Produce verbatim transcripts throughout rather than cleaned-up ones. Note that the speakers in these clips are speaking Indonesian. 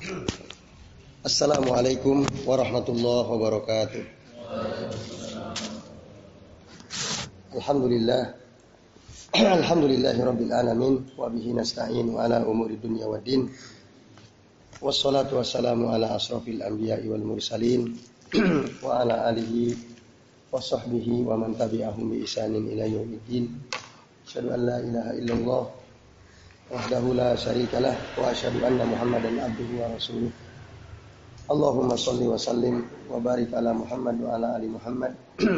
Assalamualaikum warahmatullahi wabarakatuh. Alhamdulillah. Alhamdulillahi rabbil alamin wa bihi nasta'in ala umuri dunya waddin. Wassalatu wassalamu ala asrafil anbiya'i wal mursalin wa ala alihi wa sahbihi wa man tabi'ahum bi ihsanin ila yaumiddin. Asyhadu an la ilaha illallah wahdahu la syarikalah wa asyhadu anna Muhammadan abduhu wa rasuluh. Allahumma shalli wa sallim wa barik ala Muhammad wa ala ali Muhammad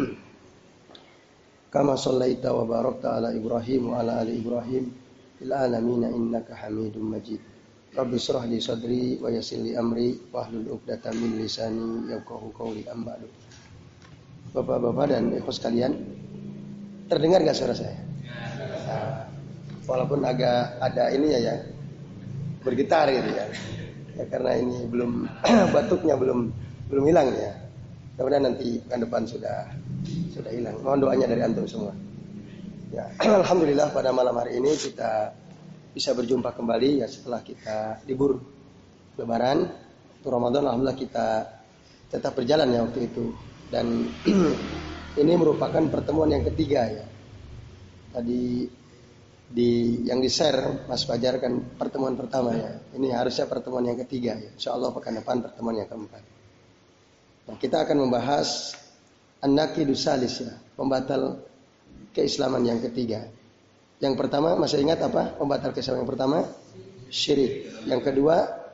kama shallaita wa barakta ala Ibrahim wa ala ali Ibrahim fil alamin innaka Hamidum Majid. Rabbi shrah li sadri wa yassir li amri wahlul 'uqdatam min lisani yafqahu qawli. Amma ba'du. Bapak-bapak dan ibu sekalian, terdengar enggak suara saya? Nah, walaupun agak ada ini ya ya bergetar gitu ya. Ya, karena ini belum batuknya belum belum hilang ya. Kemudian nanti pekan depan sudah sudah hilang. Mohon doanya dari antum semua. Ya, alhamdulillah pada malam hari ini kita bisa berjumpa kembali ya setelah kita libur Lebaran. Untuk Ramadan alhamdulillah kita tetap berjalan ya waktu itu. Dan ini merupakan pertemuan yang ketiga ya. Tadi di yang di-share Mas Fajar kan pertemuan pertama ya. Ini harusnya pertemuan yang ketiga ya. Insyaallah pekan depan pertemuan yang keempat. Nah, kita akan membahas an-naqidus salis ya, pembatal keislaman yang ketiga. Yang pertama masih ingat apa? Pembatal keislaman yang pertama syirik. Yang kedua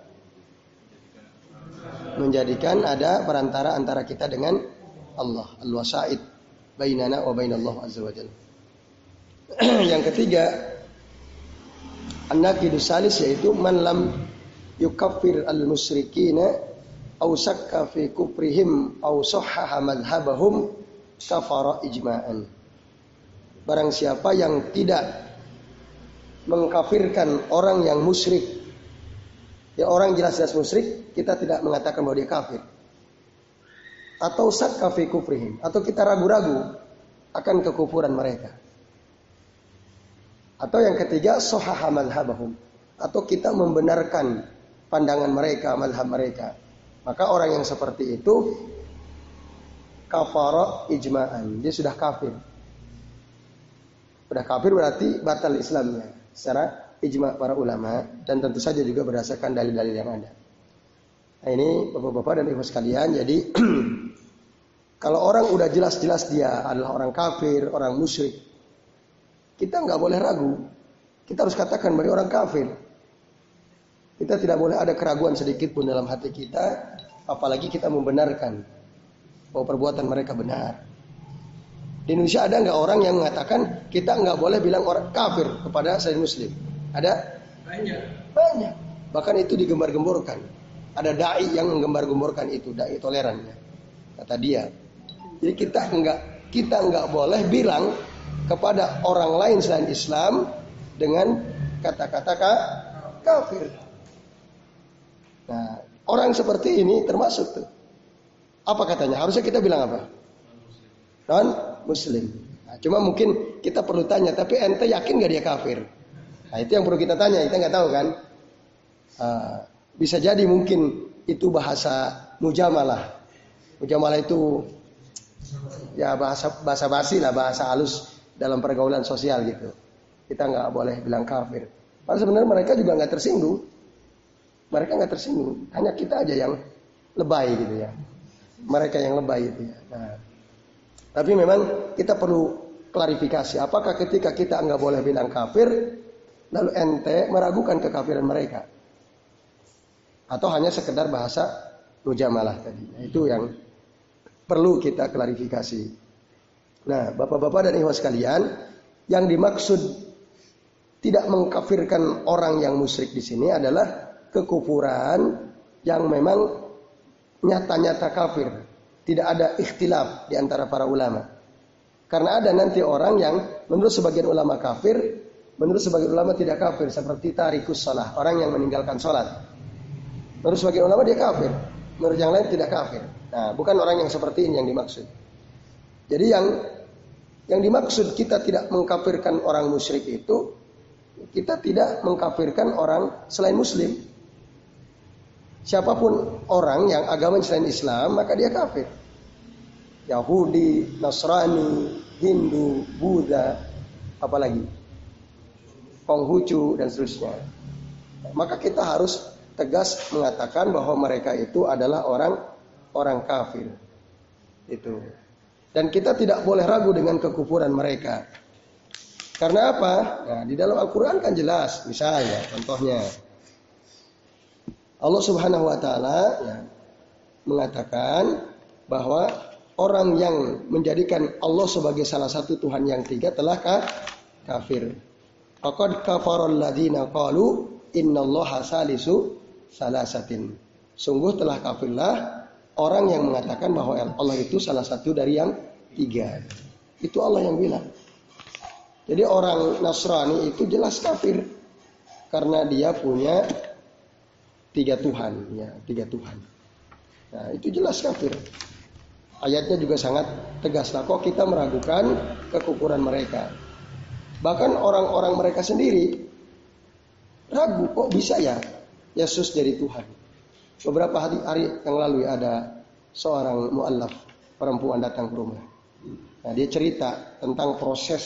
menjadikan ada perantara antara kita dengan Allah, al-wasa'id bainana wa bainallah azza wajalla. Yang ketiga an-naqidus salis yaitu man lam yukaffir al-musyrikina aw sakka fi kufrihim aw sahhaha madhhabahum kafara ijma'an. Barang siapa yang tidak mengkafirkan orang yang musyrik, ya orang jelas-jelas musyrik, kita tidak mengatakan bahwa dia kafir. Atau sakka fi kufrihim, atau kita ragu-ragu akan kekufuran mereka. Atau yang ketiga sahhaha madhhabahum, atau kita membenarkan pandangan mereka, madhab mereka. Maka orang yang seperti itu kafara ijma'an, dia sudah kafir. Sudah kafir berarti batal Islamnya secara ijma' para ulama, dan tentu saja juga berdasarkan dalil-dalil yang ada. Nah, ini Bapak-bapak dan Ibu sekalian, jadi kalau orang udah jelas-jelas dia adalah orang kafir, orang musyrik, kita nggak boleh ragu. Kita harus katakan bahwa orang kafir. Kita tidak boleh ada keraguan sedikit pun dalam hati kita, apalagi kita membenarkan bahwa perbuatan mereka benar. Di Indonesia ada nggak orang yang mengatakan kita nggak boleh bilang orang kafir kepada selain Muslim? Ada? Banyak. Banyak. Bahkan itu digembar-gemborkan. Ada dai yang menggembar-gemborkan itu, dai tolerannya. Kata dia. Jadi kita nggak kita nggak boleh bilang kepada orang lain selain Islam dengan kata-kata kafir. Nah, orang seperti ini termasuk tuh. Apa katanya? Harusnya kita bilang apa? Non Muslim. Nah, cuma mungkin kita perlu tanya, tapi ente yakin gak dia kafir? Nah, itu yang perlu kita tanya. Kita nggak tahu kan? Uh, bisa jadi mungkin itu bahasa mujamalah. Mujamalah itu ya bahasa bahasa basi lah, bahasa halus dalam pergaulan sosial gitu. Kita nggak boleh bilang kafir. Padahal sebenarnya mereka juga nggak tersinggung. Mereka nggak tersinggung. Hanya kita aja yang lebay gitu ya. Mereka yang lebay gitu ya. Nah, tapi memang kita perlu klarifikasi. Apakah ketika kita nggak boleh bilang kafir, lalu ente meragukan kekafiran mereka? Atau hanya sekedar bahasa mujamalah tadi? Nah, itu yang perlu kita klarifikasi. Nah, bapak-bapak dan ibu sekalian, yang dimaksud tidak mengkafirkan orang yang musyrik di sini adalah kekufuran yang memang nyata-nyata kafir. Tidak ada ikhtilaf di antara para ulama. Karena ada nanti orang yang menurut sebagian ulama kafir, menurut sebagian ulama tidak kafir, seperti tarikus shalah, orang yang meninggalkan sholat. Menurut sebagian ulama dia kafir, menurut yang lain tidak kafir. Nah, bukan orang yang seperti ini yang dimaksud. Jadi yang yang dimaksud kita tidak mengkafirkan orang musyrik itu, kita tidak mengkafirkan orang selain Muslim. siapapun orang yang agama selain Islam, maka dia kafir. Yahudi, Nasrani, Hindu, Buddha, apalagi Konghucu dan seterusnya. Maka kita harus tegas mengatakan bahwa mereka itu adalah orang orang kafir. Itu. Dan kita tidak boleh ragu dengan kekufuran mereka. Karena apa? Nah, di dalam Al-Quran kan jelas. Misalnya, contohnya Allah Subhanahu Wa Taala ya, mengatakan bahwa orang yang menjadikan Allah sebagai salah satu Tuhan yang tiga telah kafir. Faqad kafarul ladzina qalu innallaha salisu salasatin. Sungguh telah kafirlah orang yang mengatakan bahwa Allah itu salah satu dari yang tiga. Itu Allah yang bilang. Jadi orang Nasrani itu jelas kafir karena dia punya tiga Tuhan, ya, tiga Tuhan. Nah, itu jelas kafir. Ayatnya juga sangat tegas. Lah kok kita meragukan kekufuran mereka? Bahkan orang-orang mereka sendiri ragu, kok bisa ya Yesus jadi Tuhan. Beberapa hari, hari yang lalu ada seorang mu'allaf perempuan datang ke rumah. Nah, dia cerita tentang proses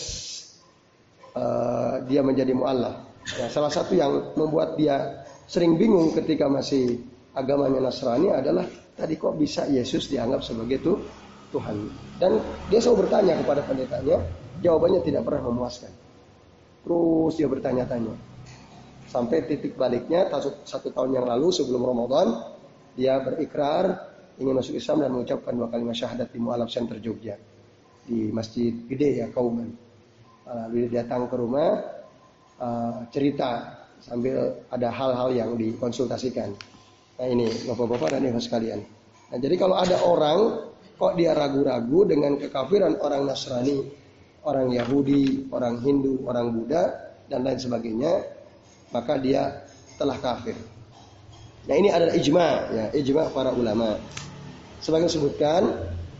uh, dia menjadi mu'allaf. Nah, salah satu yang membuat dia sering bingung ketika masih agamanya Nasrani adalah tadi kok bisa Yesus dianggap sebagai itu Tuhan. Dan dia selalu bertanya kepada pendetanya, jawabannya tidak pernah memuaskan. Terus dia bertanya-tanya. Sampai titik baliknya satu, satu tahun yang lalu sebelum Ramadan, dia berikrar ingin masuk Islam dan mengucapkan dua kalimat syahadat di Mu'alaf Center Jogja. Di masjid gede ya, Kauman. Lalu dia datang ke rumah, uh, cerita sambil ada hal-hal yang dikonsultasikan. Nah ini bapak-bapak dan ibu sekalian. Nah jadi kalau ada orang kok dia ragu-ragu dengan kekafiran orang Nasrani, orang Yahudi, orang Hindu, orang Buddha dan lain sebagainya, maka dia telah kafir. Nah ini adalah ijma, ya ijma para ulama. Sebagai disebutkan,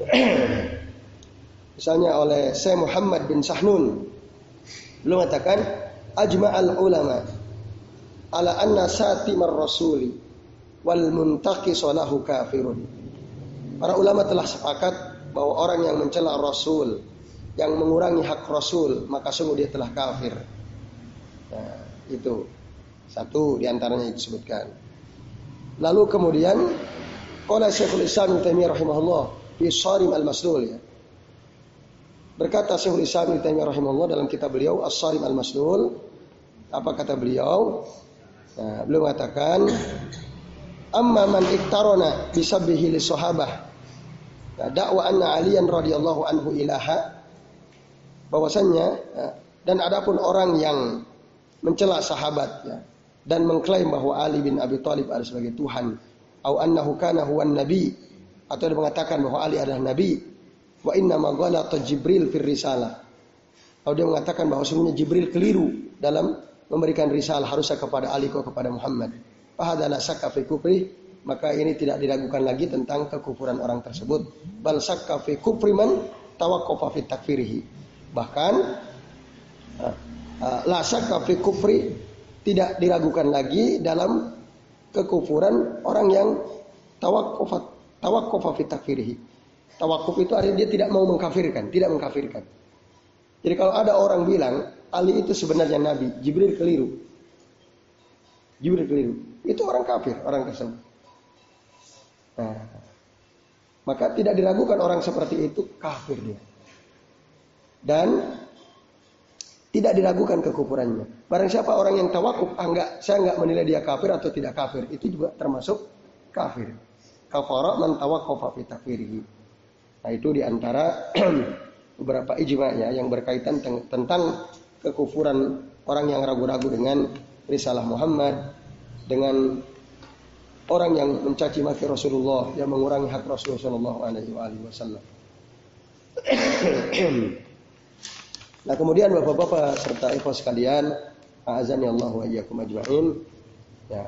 misalnya oleh Syekh Muhammad bin Sahnun, beliau mengatakan ajma al ulama ala anna satimar rasuli wal muntaqis lahu kafirun. Para ulama telah sepakat bahwa orang yang mencela Rasul, yang mengurangi hak Rasul, maka sungguh dia telah kafir. Nah, itu satu diantaranya disebutkan. Lalu kemudian qala Syekhul Islam Ibnu Taimiyah rahimahullah fi Sharim al-Maslul, ya. Berkata Syekhul Islam Ibnu Taimiyah rahimahullah dalam kitab beliau As-Sharim al-Maslul, apa kata beliau? Nah, beliau mengatakan amma man iktarona bisabbihi li sahabah. Nah, dakwa anna Aliyan radhiyallahu anhu ilaha, bahwasannya dan adapun orang yang mencela sahabat, ya, dan mengklaim bahwa Ali bin Abi Thalib adalah sebagai Tuhan, au annahu kana huwan nabi, atau dia mengatakan bahwa Ali adalah nabi, wa inna ma ghalata Jibril fir risalah, atau dia mengatakan bahwa sebenarnya Jibril keliru dalam memberikan risalah harusnya kepada Ali kok kepada Muhammad. Fahadha la syakka fi kufri, maka ini tidak diragukan lagi tentang kekufuran orang tersebut. Bal syakka fi kufri man tawaqqafa fi takfirihi. Bahkan uh, uh, la syakka fi kufri, tidak diragukan lagi dalam kekufuran orang yang tawaqqafa tawaqqafa fi takfirihi. Tawakkuf itu artinya dia tidak mau mengkafirkan, tidak mengkafirkan. Jadi kalau ada orang bilang Ali itu sebenarnya nabi, Jibril keliru. Jibril keliru. Itu orang kafir, orang tersebut. Nah, maka tidak diragukan orang seperti itu kafir dia. Dan tidak diragukan kekufurannya. Barang siapa orang yang tawakuf, ah, enggak, saya enggak menilai dia kafir atau tidak kafir, itu juga termasuk kafir. Kafara man tawaqqafa fi takfirihi. Nah, itu diantara beberapa ijma, ya, yang berkaitan ten- tentang kekufuran orang yang ragu-ragu dengan risalah Muhammad, dengan orang yang mencaci maki Rasulullah, yang mengurangi hak Rasulullah sallallahu alaihi wasallam. Nah, kemudian bapak-bapak serta ikhwah sekalian, a'azani Allah wa iyyakum ajma'in. Ya.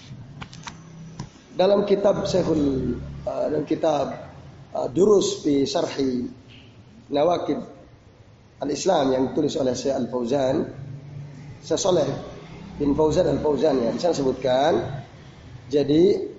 Dalam kitab Syekhul uh, dalam kitab uh, Durus fi Syarhi Nawaqid Al-Islam yang ditulis oleh Syekh Al-Fauzan, Syekh Shalih bin Fauzan Al-Fauzan, ya, di sana sebutkan, jadi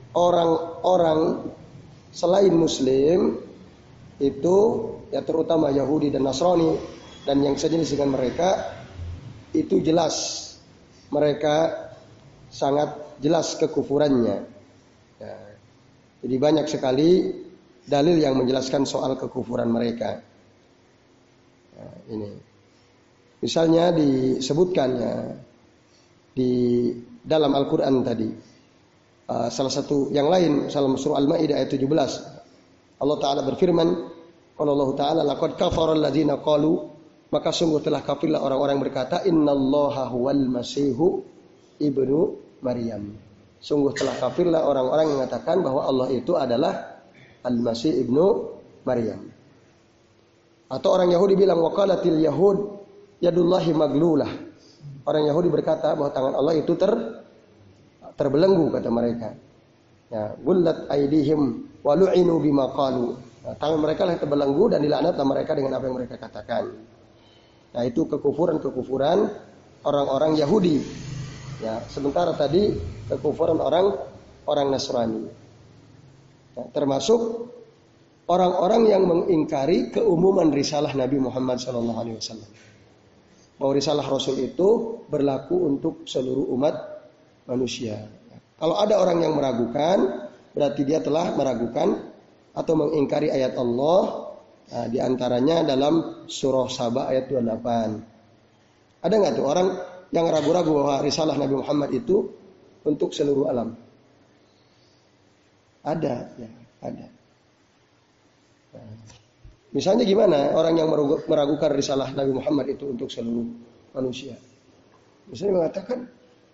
orang-orang selain Muslim itu, ya terutama Yahudi dan Nasrani dan yang sejenis dengan mereka, itu jelas mereka sangat jelas kekufurannya. Ya, jadi banyak sekali dalil yang menjelaskan soal kekufuran mereka. Nah, ini misalnya disebutkan ya di dalam Al-Quran tadi, uh, salah satu yang lain dalam surah Al-Maidah ayat tujuh belas, Allah Ta'ala berfirman, kalau Allah Ta'ala laqad kafara alladziina qalu, maka sungguh telah kafirlah orang-orang berkata, innallaha huwal masihu ibnu Maryam. Sungguh telah kafirlah orang-orang yang mengatakan bahwa Allah itu adalah Al-Masih ibnu Maryam. Atau orang Yahudi bilang, waqalatil yahud yadullahi maglulah. Orang Yahudi berkata bahwa tangan Allah itu ter terbelenggu, kata mereka. Ya, gullat aidihim wa lu'inu bima qalu. Nah, tangan mereka lah terbelenggu dan dilaknatlah mereka dengan apa yang mereka katakan. Nah, itu kekufuran-kekufuran orang-orang Yahudi. Ya, sementara tadi kekufuran orang orang Nasrani. Ya, termasuk orang-orang yang mengingkari keumuman risalah Nabi Muhammad shallallahu alaihi wasallam. Bahwa risalah Rasul itu berlaku untuk seluruh umat manusia. Kalau ada orang yang meragukan, berarti dia telah meragukan atau mengingkari ayat Allah. Nah, di antaranya dalam surah Saba ayat dua puluh delapan. Ada nggak tuh orang yang ragu-ragu bahwa risalah Nabi Muhammad itu untuk seluruh alam? Ada, ya, ada. Nah, misalnya gimana orang yang meragukan risalah Nabi Muhammad itu untuk seluruh manusia? Misalnya mengatakan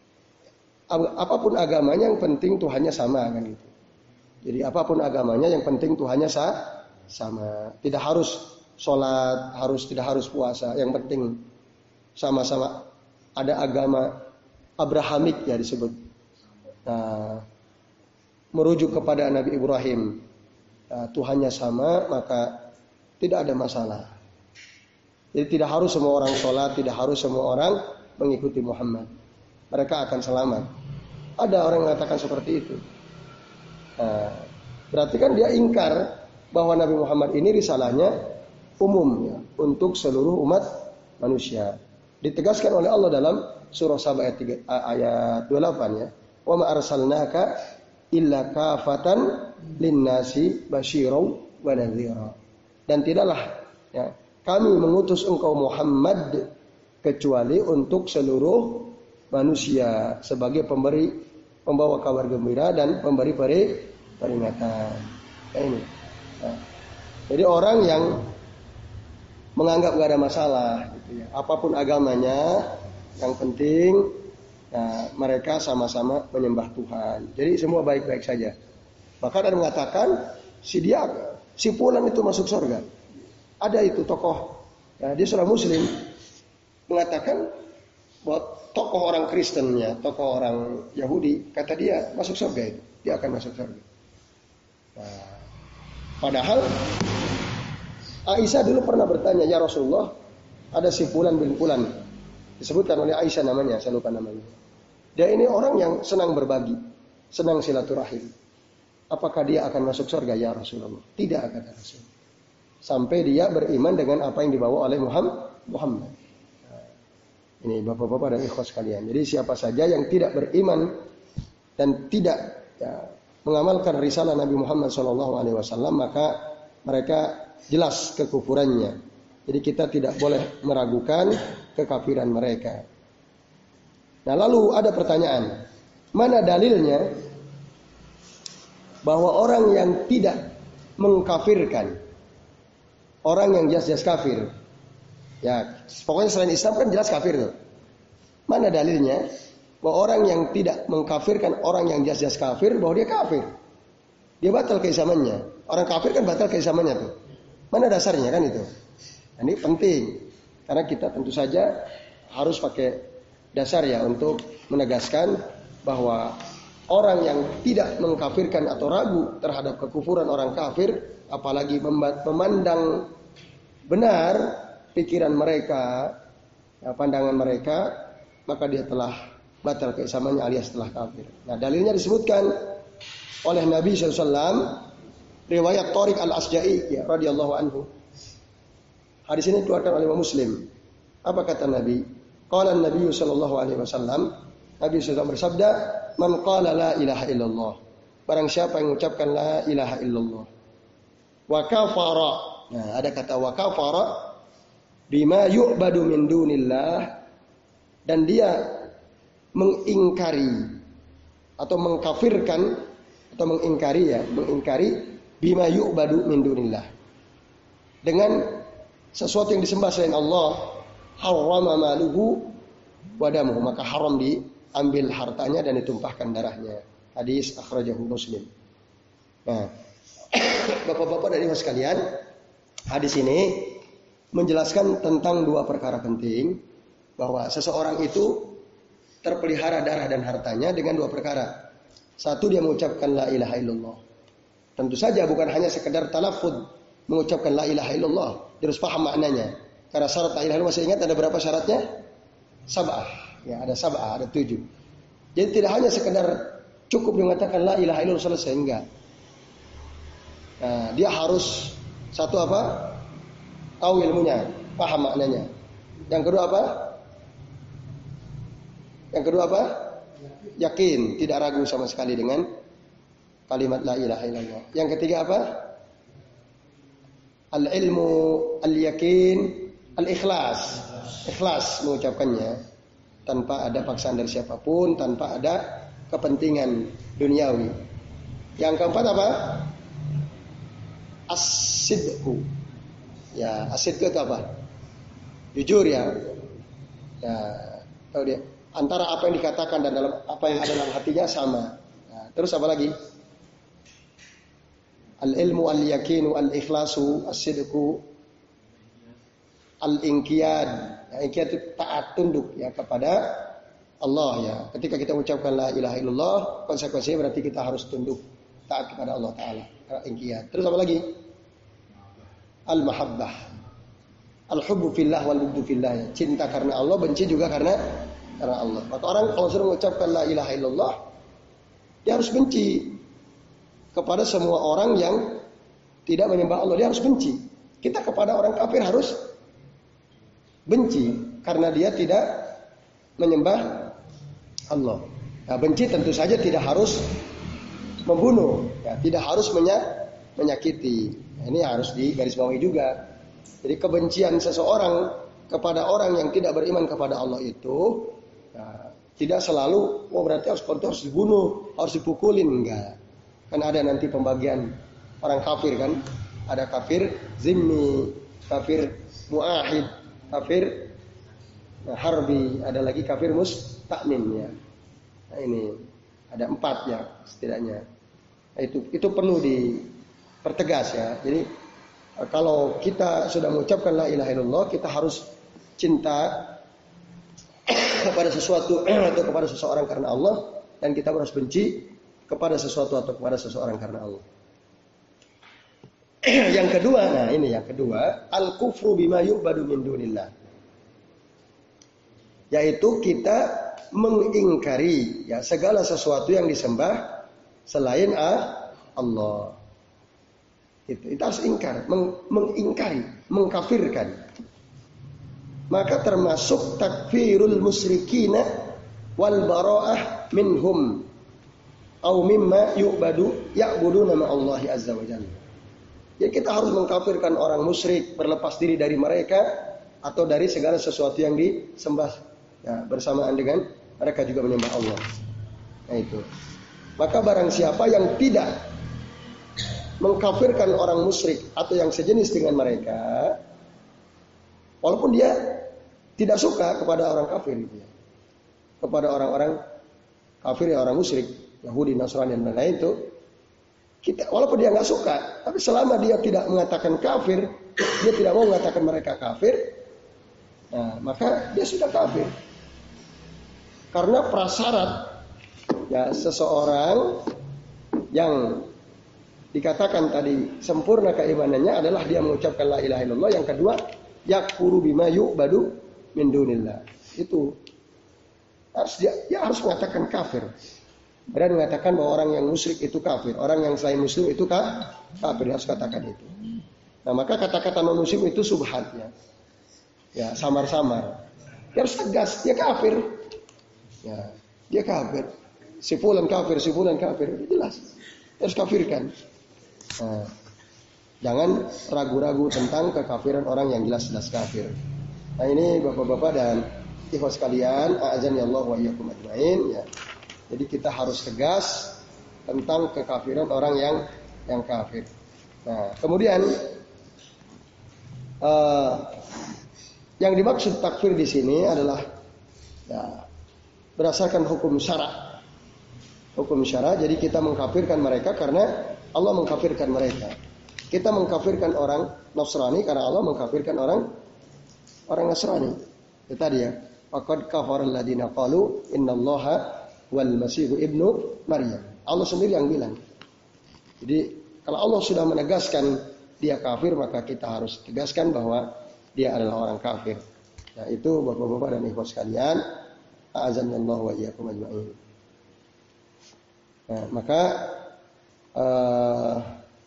apapun agamanya yang penting Tuhannya sama, kan gitu. Jadi apapun agamanya yang penting Tuhannya sah, sama. Tidak harus sholat, harus tidak harus puasa. Yang penting sama-sama ada agama Abrahamik ya disebut. Nah, merujuk kepada Nabi Ibrahim. Nah, Tuhannya sama, maka tidak ada masalah. Jadi tidak harus semua orang sholat, tidak harus semua orang mengikuti Muhammad. Mereka akan selamat. Ada orang yang mengatakan seperti itu. Nah, berarti kan dia ingkar bahwa Nabi Muhammad ini risalahnya umum ya, untuk seluruh umat manusia. Ditegaskan oleh Allah dalam surah Saba ayat, tiga, ayat dua puluh delapan ya. Wa ma arsalnaka illa kafatan linnasi basyirau wa nadhira. Dan tidaklah ya, kami mengutus engkau Muhammad kecuali untuk seluruh manusia sebagai pemberi, pembawa kabar gembira dan pemberi peri, peringatan. Nah, ini. Nah, jadi orang yang menganggap gak ada masalah, gitu ya. Apapun agamanya, yang penting ya, mereka sama-sama menyembah Tuhan. Jadi semua baik-baik saja. Bahkan ada mengatakan si dia, si fulan itu masuk surga. Ada itu tokoh, ya, dia seorang Muslim mengatakan bahwa tokoh orang Kristennya, tokoh orang Yahudi, kata dia masuk surga itu, dia akan masuk surga. Nah, padahal Aisyah dulu pernah bertanya, ya Rasulullah, ada si Fulan bin Fulan, disebutkan oleh Aisyah namanya, saya lupa namanya. Dia ini orang yang senang berbagi, senang silaturahim. Apakah dia akan masuk surga ya Rasulullah? Tidak, kata Rasul. Sampai dia beriman dengan apa yang dibawa oleh Muhammad. Nah, ini bapak-bapak dan ikhwas sekalian. Jadi siapa saja yang tidak beriman dan tidak ya, mengamalkan risalah Nabi Muhammad shallallahu alaihi wasallam, maka mereka jelas kekufurannya. Jadi kita tidak boleh meragukan kekafiran mereka. Nah, lalu ada pertanyaan, mana dalilnya bahwa orang yang tidak mengkafirkan orang yang jelas-jelas kafir, ya pokoknya selain Islam kan jelas kafir tuh. Mana dalilnya bahwa orang yang tidak mengkafirkan orang yang jelas-jelas kafir bahwa dia kafir, dia batal keislamannya. Orang kafir kan batal keislamannya tuh. Mana dasarnya kan itu? Nah, ini penting karena kita tentu saja harus pakai dasar ya untuk menegaskan bahwa orang yang tidak mengkafirkan atau ragu terhadap kekufuran orang kafir, apalagi memandang benar pikiran mereka, ya, pandangan mereka, maka dia telah batal keislamannya alias telah kafir. Nah, dalilnya disebutkan oleh Nabi shallallahu alaihi wasallam, riwayat Tariq al-Asja'i ya, radhiyallahu anhu. Hadis ini dikeluarkan oleh Imam Muslim. Apa kata Nabi? Qala Nabi sallallahu alaihi wasallam, Nabi sallallahu alaihi wasallam bersabda, "Man qala la ilaha illallah." Barang siapa yang mengucapkan la ilaha illallah. Wa kafara. Nah, ada kata wa kafara bima yu'badu min dunillah, dan dia mengingkari atau mengkafirkan atau mengingkari ya, mengingkari bima yu'badu min dunillah, dengan sesuatu yang disembah selain Allah, harrama maluhu wa damuhu, maka haram diambil hartanya dan ditumpahkan darahnya. Hadis akhrajahu Muslim. Nah, Bapak-bapak dan Ibu sekalian, hadis ini menjelaskan tentang dua perkara penting, bahwa seseorang itu terpelihara darah dan hartanya dengan dua perkara. Satu, dia mengucapkan la ilaha illallah. Tentu saja bukan hanya sekedar talaffuz mengucapkan la ilaha illallah, harus paham maknanya. Karena syarat la ilaha illallah, masih ingat ada berapa syaratnya? Sab'ah. Ya, ada sab'ah, ada tujuh. Jadi tidak hanya sekedar cukup mengatakan la ilaha illallah selesai, enggak. Nah, dia harus satu apa? Tahu ilmunya, paham maknanya. Yang kedua apa? Yang kedua apa? Yakin, tidak ragu sama sekali dengan kalimat la ilaha illallah. Yang ketiga apa? Al-ilmu, al-yakin, al-ikhlas. Ikhlas mengucapkannya tanpa ada paksaan dari siapapun, tanpa ada kepentingan duniawi. Yang keempat apa? As-sidqu. Ya, as-sidqu itu apa? Jujur ya. Ya, tahu dia. Antara apa yang dikatakan dan dalam apa yang ada dalam hatinya sama. Nah, terus apa lagi? Al-ilmu, al-yakinu, al-ikhlasu, as-sidqu, al-inqiyad. Ya, inqiyad itu taat tunduk ya kepada Allah ya. Ketika kita mengucapkan la ilaha illallah, konsekuensinya berarti kita harus tunduk taat kepada Allah Ta'ala. Inqiyad. Terus apa lagi? Al-mahabbah. Al-hubbu fillah wal-bughdhu fillah. Cinta karena Allah, benci juga karena karena Allah. Maka orang kalau sudah mengucapkan la ilaha illallah, dia harus benci kepada semua orang yang tidak menyembah Allah. Dia harus benci. Kita kepada orang kafir harus benci karena dia tidak menyembah Allah. Nah, benci tentu saja tidak harus membunuh, ya, tidak harus menyakiti. Nah, ini harus digarisbawahi juga. Jadi kebencian seseorang kepada orang yang tidak beriman kepada Allah itu, ya, tidak selalu, oh berarti harus harus dibunuh, harus dipukulin, enggak. Kan ada nanti pembagian orang kafir kan, ada kafir zimmi, kafir muahid, kafir nah, harbi, ada lagi kafir mustakmin ya. Nah, ini ada empat ya setidaknya. Nah, itu itu perlu dipertegas ya. Jadi kalau kita sudah mengucapkan la ilaha illallah, kita harus cinta kepada sesuatu atau kepada seseorang karena Allah, dan kita harus benci kepada sesuatu atau kepada seseorang karena Allah. Yang kedua, nah ini yang kedua, al-kufru bima yu'badu min dunillah. Yaitu kita mengingkari ya segala sesuatu yang disembah selain Allah. Itu, itu harus ingkar, meng, mengingkari, mengkafirkan. Maka termasuk takfirul musyrikina wal bara'ah minhum au mimma yu'badu ya'budu nama Allahi azza wa jalla. Jadi kita harus mengkafirkan orang musyrik, berlepas diri dari mereka atau dari segala sesuatu yang disembah ya, bersamaan dengan mereka juga menyembah Allah. Nah itu. Maka barang siapa yang tidak mengkafirkan orang musyrik atau yang sejenis dengan mereka, walaupun dia tidak suka kepada orang kafir gitu ya, kepada orang-orang kafir ya, orang musyrik, Yahudi, Nasrani dan lain-lain itu, kita walaupun dia nggak suka, tapi selama dia tidak mengatakan kafir, dia tidak mau mengatakan mereka kafir, nah, maka dia sudah kafir. Karena prasyarat ya seseorang yang dikatakan tadi sempurna keimanannya adalah dia mengucapkan la ilaha illallah. Yang kedua, yakfuru bima yu'badu min dunillah. Itu harus dia, dia harus mengatakan kafir. Kemudian mengatakan bahwa orang yang musyrik itu kafir, orang yang selain muslim itu kafir, harus katakan itu. Nah maka kata-kata non muslim itu subhat ya, ya samar-samar. Dia harus tegas, dia kafir, ya dia kafir. Si fulan kafir, si fulan kafir, itu jelas. Dia harus kafirkan. Nah, jangan ragu-ragu tentang kekafiran orang yang jelas-jelas kafir. Nah ini bapak-bapak dan ikhwas sekalian, a'azani Allah wa iyyakum ajmain ya. Jadi kita harus tegas tentang kekafiran orang yang yang kafir. Nah, kemudian uh, yang dimaksud takfir di sini adalah ya, berdasarkan hukum syara. Hukum syara, jadi kita mengkafirkan mereka karena Allah mengkafirkan mereka. Kita mengkafirkan orang Nasrani karena Allah mengkafirkan orang orang Nasrani. Itu tadi ya. Faqad kafara alladziina qalu innallaha wal masiihu ibnu Maryam. Allah sendiri yang bilang. Jadi kalau Allah sudah menegaskan dia kafir, maka kita harus tegaskan bahwa dia adalah orang kafir. Nah, itu Bapak-bapak dan ikhwas sekalian, a'azanallahu wa iyyakum ajma'in. Nah, maka uh,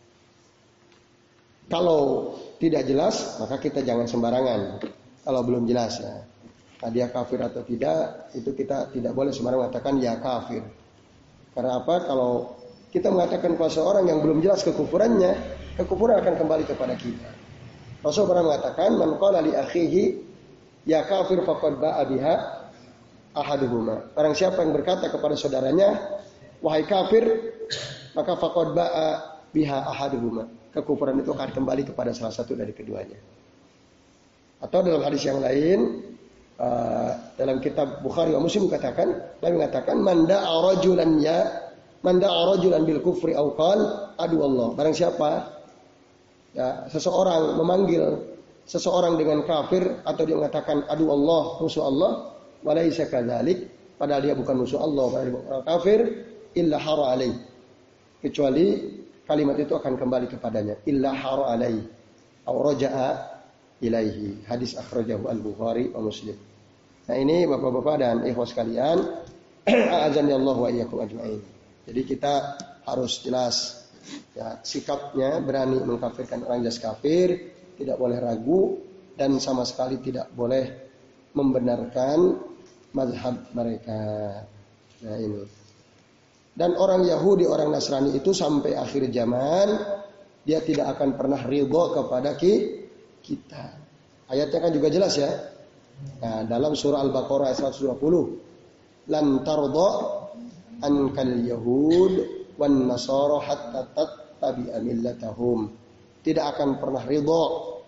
kalau tidak jelas, maka kita jangan sembarangan. Kalau belum jelas ya. Nah, dia kafir atau tidak, itu kita tidak boleh sembarangan mengatakan ya kafir. Karena apa? Kalau kita mengatakan kepada seorang yang belum jelas kekufurannya, kekufuran akan kembali kepada kita. Rasul pernah mengatakan, man qala li akhihi ya kafir faqad ba'a biha ahaduhuma. Orang siapa yang berkata kepada saudaranya, wahai kafir, maka faqad ba'a biha ahaduhuma. Kekufuran itu akan kembali kepada salah satu dari keduanya. Atau dalam hadis yang lain, Uh, dalam kitab Bukhari wa Muslim dikatakan, Nabi mengatakan man da'a rajulan ya man da'a rajulan bil kufri aw qala adu Allah. Barang siapa ya, seseorang memanggil seseorang dengan kafir atau dia mengatakan adu Allah, musuh Allah, walaysa kadzalik, padahal dia bukan musuh Allah, padahal dia bukan orang kafir, illa hara alai, kecuali kalimat itu akan kembali kepadanya, illa hara alai aw raja'a ilaihi. Hadis akhrajahu al-Bukhari wa Muslim. Nah ini bapak-bapak dan ikhwas sekalian, a'azani Allah wa iyyakum ajma'in. Jadi kita harus jelas ya, sikapnya berani mengkafirkan orang jelas kafir, tidak boleh ragu dan sama sekali tidak boleh membenarkan mazhab mereka. Nah ini. Dan orang Yahudi, orang Nasrani itu sampai akhir zaman dia tidak akan pernah ridho kepada kita. Ayatnya kan juga jelas ya. Nah, dalam surah Al-Baqarah ayat seratus dua puluh, lan tardha ankal yahud wan nasara hatta tattabi'a millatahum. Tidak akan pernah ridho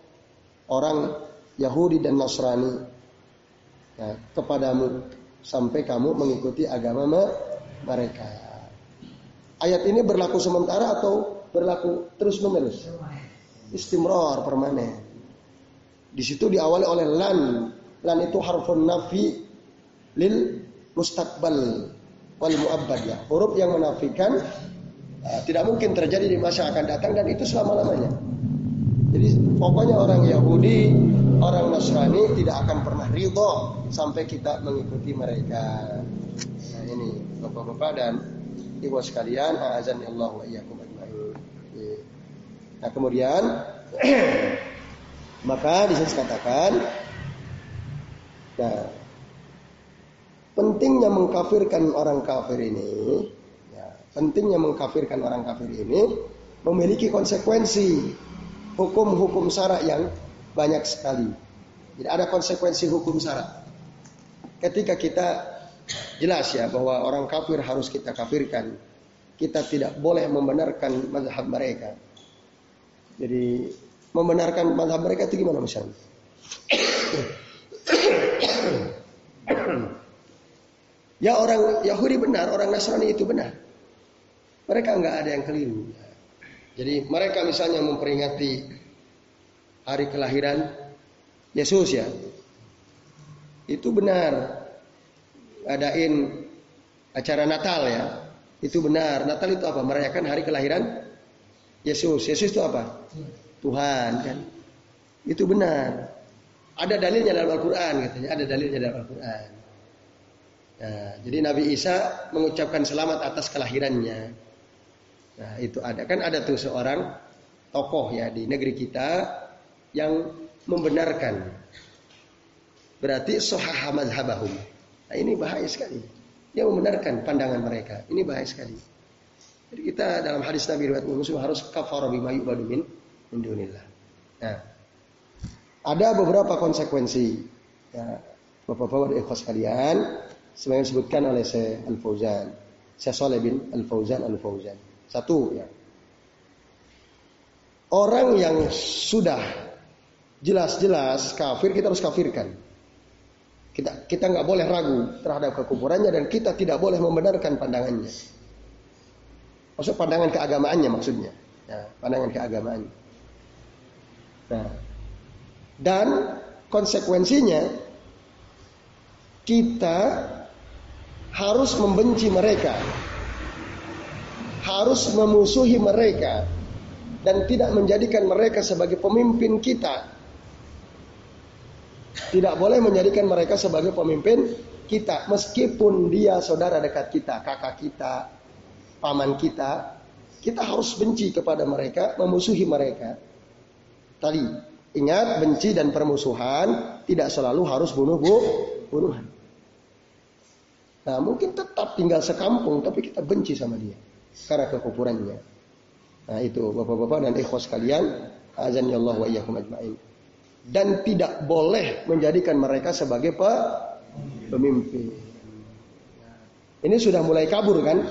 orang Yahudi dan Nasrani ya, kepadamu sampai kamu mengikuti agama mereka. Ayat ini berlaku sementara atau berlaku terus menerus? Istimrar, permanen. Di situ diawali oleh lan. Lan itu harfun nafi lil mustaqbal wal mu'abbad ya. Huruf yang menafikan uh, tidak mungkin terjadi di masa akan datang dan itu selama-lamanya. Jadi pokoknya orang Yahudi, orang Nasrani tidak akan pernah ridho sampai kita mengikuti mereka. Nah ini Bapak-bapak dan Ibu sekalian, a'azani Allah wa iyyakum ajma'in. Nah kemudian maka di sini dikatakan, nah, pentingnya mengkafirkan orang kafir ini, ya, pentingnya mengkafirkan orang kafir ini memiliki konsekuensi hukum-hukum syara yang banyak sekali. Jadi ada konsekuensi hukum syara. Ketika kita jelas ya bahwa orang kafir harus kita kafirkan, kita tidak boleh membenarkan mazhab mereka. Jadi membenarkan mazhab mereka itu gimana misalnya? Ya orang Yahudi benar, orang Nasrani itu benar. Mereka enggak ada yang keliru. Jadi mereka misalnya memperingati hari kelahiran Yesus ya. Itu benar. Adain acara Natal ya. Itu benar. Natal itu apa? Merayakan hari kelahiran Yesus. Yesus itu apa? Tuhan kan. Itu benar. Ada dalilnya dalam Al-Quran katanya. Ada dalilnya dalam Al-Quran. Nah, jadi Nabi Isa mengucapkan selamat atas kelahirannya. Nah, itu ada kan ada tuh seorang tokoh ya di negeri kita yang membenarkan. Berarti sohaha madhabahum. Nah, ini bahaya sekali. Dia membenarkan pandangan mereka. Ini bahaya sekali. Jadi kita dalam hadis Nabi riwayat Muslim harus kafara bima yu'badu min dunillah. Nah, ada beberapa konsekuensi. Ya, Bapak-bapak dan ikhwas sekalian, sebenarnya disebutkan oleh Syekh Al-Fauzan, Syekh Shalih bin Al-Fauzan Al-Fauzan. Satu ya. Orang yang sudah jelas-jelas kafir kita harus kafirkan. Kita kita nggak boleh ragu terhadap kekufurannya dan kita tidak boleh membenarkan pandangannya. Maksud pandangan keagamaannya maksudnya. Ya, pandangan keagamaannya. Nah, dan konsekuensinya kita harus membenci mereka, harus memusuhi mereka, dan tidak menjadikan mereka sebagai pemimpin kita. Tidak boleh menjadikan mereka sebagai pemimpin kita, meskipun dia saudara dekat kita, kakak kita, paman kita, kita harus benci kepada mereka, memusuhi mereka. Tadi ingat, benci dan permusuhan tidak selalu harus bunuh-bunuhan. Nah, mungkin tetap tinggal sekampung, tapi kita benci sama dia karena kekufurannya. Nah, itu bapak-bapak dan ikhwas sekalian, azan ya Allah wa iyyakum ajma'in. Dan tidak boleh menjadikan mereka sebagai pemimpin. Ini sudah mulai kabur kan?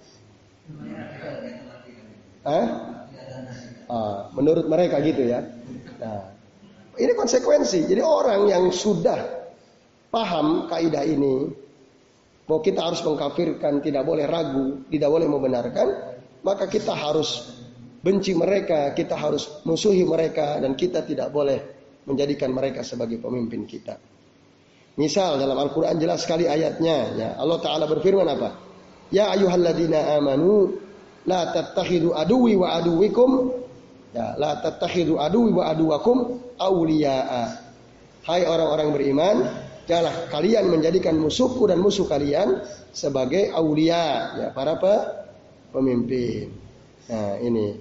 Hah? Ah, menurut mereka gitu ya. Nah, ini konsekuensi. Jadi orang yang sudah paham kaidah ini, bahwa kita harus mengkafirkan, tidak boleh ragu, tidak boleh membenarkan, maka kita harus benci mereka, kita harus musuhi mereka, dan kita tidak boleh menjadikan mereka sebagai pemimpin kita. Misal dalam Al-Quran jelas sekali ayatnya, ya, Allah Ta'ala berfirman apa? Ya ayyuhalladzina amanu la tattakhidu aduwi wa aduwikum, ya, la tattakhidu aduwi wa aduwakum awliya'a. Hai orang-orang beriman, janganlah kalian menjadikan musuhku dan musuh kalian sebagai aulia, ya, para pemimpin. Nah, ini.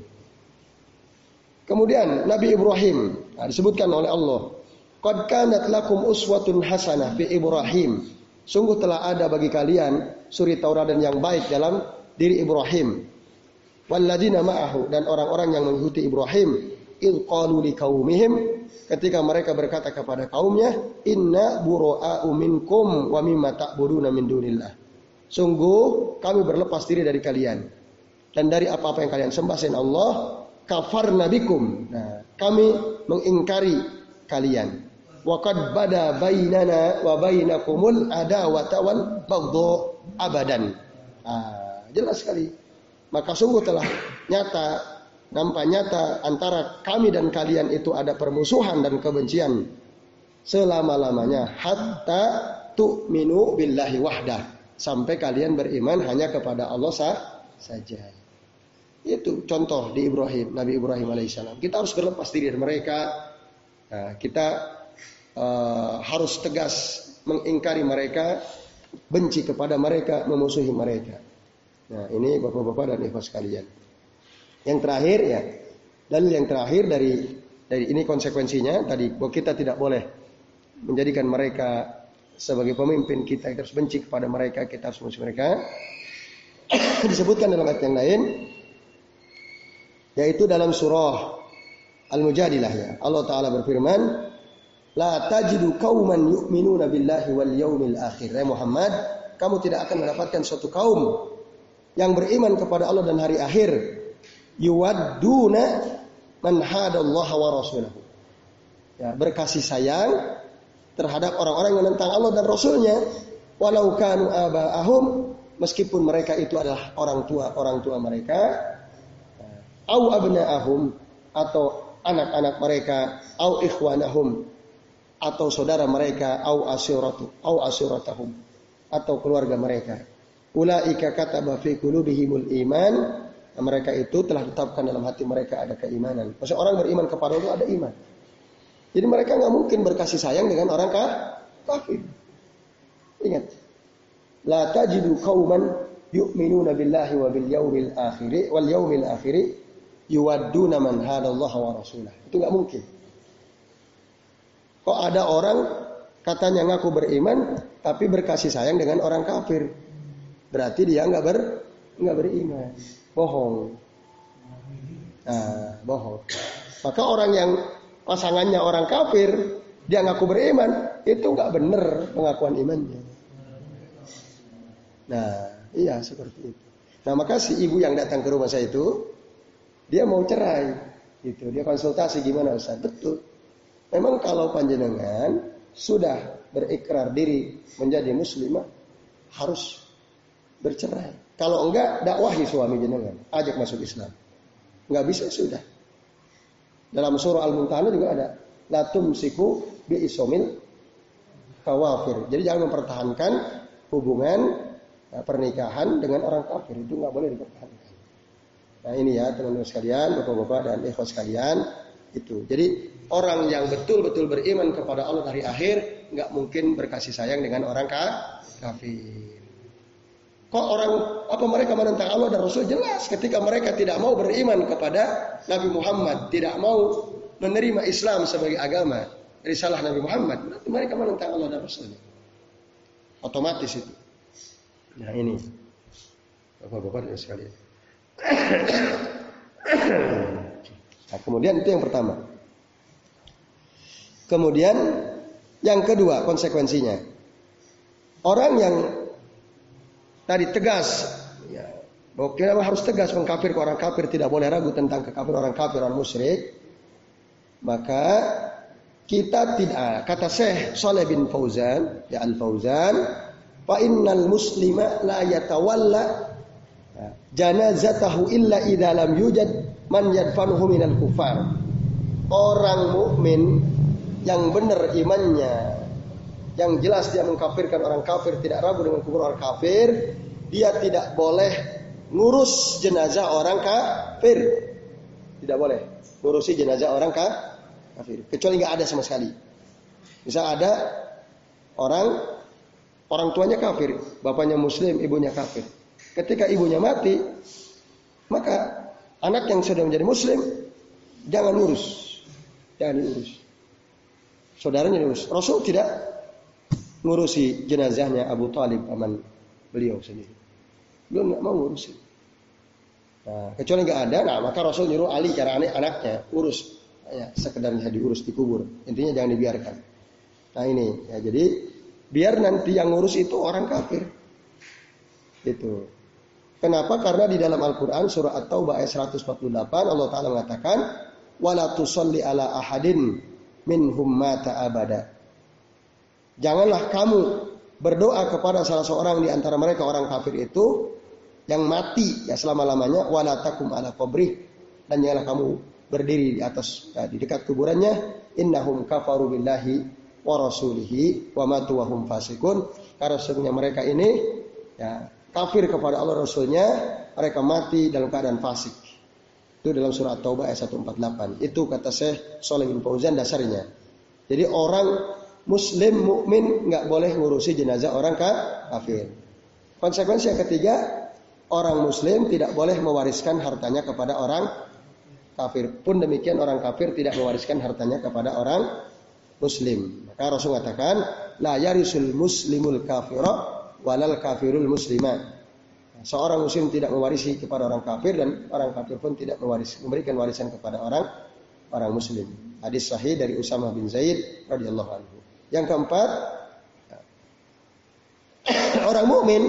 Kemudian Nabi Ibrahim, nah, disebutkan oleh Allah, qad kanat lakum uswatun hasanah fi Ibrahim. Sungguh telah ada bagi kalian suri tauladan yang baik dalam diri Ibrahim. Walladzina ma'ahu, dan orang-orang yang mengikuti Ibrahim, id qalu liqaumihim, ketika mereka berkata kepada kaumnya, inna bura'a'u minkum wa mimma ta'buduna min dunillah. Sungguh kami berlepas diri dari kalian dan dari apa-apa yang kalian sembah selain Allah. Kafarna bikum. Nah, kami mengingkari kalian. Wa qad bada bainana wa bainakumul adawata wal baghdha abadan. Ah, jelas sekali. Maka sungguh telah nyata, nampak nyata antara kami dan kalian itu ada permusuhan dan kebencian selama-lamanya, hatta tu'minu billahi wahdah, sampai kalian beriman hanya kepada Allah sah saja. Itu contoh di Ibrahim, Nabi Ibrahim alaihissalam. Kita harus berlepas diri dari mereka. Nah, kita uh, harus tegas mengingkari mereka, benci kepada mereka, memusuhi mereka. Nah, ini bapak-bapak dan ikhwas sekalian. Yang terakhir ya, dalil yang terakhir dari dari ini konsekuensinya tadi, bahwa kita tidak boleh menjadikan mereka sebagai pemimpin kita, kita harus benci kepada mereka, kita harus musuh mereka. Disebutkan dalam ayat yang lain, yaitu dalam surah Al-Mujadilah ya. Allah Ta'ala berfirman, la tajidu qauman yu'minuna billahi wal yaumil akhir. Ya Muhammad, kamu tidak akan mendapatkan suatu kaum yang beriman kepada Allah dan hari akhir, yuwadduna man hadallaha wa rasulahu. Ya, berkasih sayang terhadap orang-orang yang menentang Allah dan Rasulnya, walau kanu aba'ahum, meskipun mereka itu adalah orang tua orang tua mereka, au abna'ahum, atau anak-anak mereka, au ikhwanahum, atau saudara mereka, au asyiratu au asyiratahum, atau keluarga mereka. Ulaika kataba fi qulubihimul iman, mereka itu telah ditetapkan dalam hati mereka ada keimanan. Maksudnya orang beriman kepada Allah ada iman. Jadi mereka nggak mungkin berkasih sayang dengan orang kafir. Ingat, La tajidu qauman yu'minuna billahi wa bil yaumil akhir wal yaumil akhir yuwadduna man hadallaha wa rasulah. Itu enggak mungkin. Kok ada orang katanya ngaku beriman tapi berkasih sayang dengan orang kafir? Berarti dia enggak ber enggak beriman. Bohong. Nah, bohong. Maka orang yang pasangannya orang kafir, dia ngaku beriman, itu enggak benar pengakuan imannya. Nah, iya seperti itu. Nah, maka si ibu yang datang ke rumah saya itu, dia mau cerai, gitu. Dia konsultasi gimana Ustaz? Betul. Memang kalau panjenengan sudah berikrar diri menjadi muslimah, harus bercerai. Kalau enggak, dakwahi suami jenengan, ajak masuk Islam. Enggak bisa sudah. Dalam surah Al-Mumtahanah juga ada, la tumsiku bi isomil kawafir. Jadi jangan mempertahankan hubungan pernikahan dengan orang kafir, itu nggak boleh dipertahankan. Nah ini ya teman-teman sekalian, bapak-bapak dan ikhwan sekalian, itu. Jadi orang yang betul-betul beriman kepada Allah hari akhir nggak mungkin berkasih sayang dengan orang kafir. Kok orang apa mereka menentang Allah dan Rasul? Jelas ketika mereka tidak mau beriman kepada Nabi Muhammad, tidak mau menerima Islam sebagai agama, risalah Nabi Muhammad, berarti mereka menentang Allah dan Rasul. Otomatis itu. Nah ini bapak-bapak dan sekalian. Nah, kemudian itu yang pertama. Kemudian yang kedua konsekuensinya, orang yang tadi tegas, ya, bahwa kita harus tegas mengkafir ke orang kafir, tidak boleh ragu tentang kekafir orang kafir, orang musyrik. Maka kita tidak, kata Syekh Shalih bin Fauzan, ya Al Fauzan, fa innal muslima la yatawalla janazatahu illa idza lam yujad man yadfanuhu minal kufar. Orang mukmin yang benar imannya, yang jelas dia mengkafirkan orang kafir, tidak ragu dengan kufur orang kafir, dia tidak boleh ngurus jenazah orang kafir. Tidak boleh ngurusi jenazah orang kafir, kecuali nggak ada sama sekali. Bisa ada orang orang tuanya kafir, bapaknya muslim, ibunya kafir. Ketika ibunya mati, maka anak yang sudah menjadi muslim jangan ngurus, jangan diurus. Saudaranya diurus. Rasul tidak ngurusi jenazahnya Abu Talib, paman beliau sendiri. Beliau nggak mau ngurusin. Nah, kecuali nggak ada, nah maka Rasul nyuruh Ali cara aneh anaknya urus, ya, sekedarnya diurus dikubur. Intinya jangan dibiarkan. Nah ini, ya jadi biar nanti yang ngurus itu orang kafir. Itu. Kenapa? Karena di dalam Al-Quran surah At-Taubah ayat seratus empat puluh delapan Allah Ta'ala mengatakan wala tusalli ala ahadin minhum mata abada. Janganlah kamu berdoa kepada salah seorang di antara mereka orang kafir itu yang mati ya selama-lamanya, wala takum ala qabrih, dan janganlah kamu berdiri di atas ya, di dekat kuburannya, innahum kafaru billahi wa rasulihi wa matu wa hum fasikun. Karena sesungguhnya mereka ini ya kafir kepada Allah Rasulnya, mereka mati dalam keadaan fasik. Itu dalam surah At-Taubah ayat seratus empat puluh delapan. Itu kata Syekh Shalih bin Fauzan dasarnya. Jadi orang Muslim mukmin nggak boleh ngurusi jenazah orang kafir. Konsekuensi yang ketiga, orang Muslim tidak boleh mewariskan hartanya kepada orang kafir. Pun demikian orang kafir tidak mewariskan hartanya kepada orang Muslim. Maka Rasul mengatakan, la yarisul muslimul kafira walal kafirul muslimah. Seorang Muslim tidak mewarisi kepada orang kafir dan orang kafir pun tidak mewaris, memberikan warisan kepada orang orang Muslim. Hadis sahih dari Usamah bin Zaid radhiyallahu anhu. Yang keempat, orang mukmin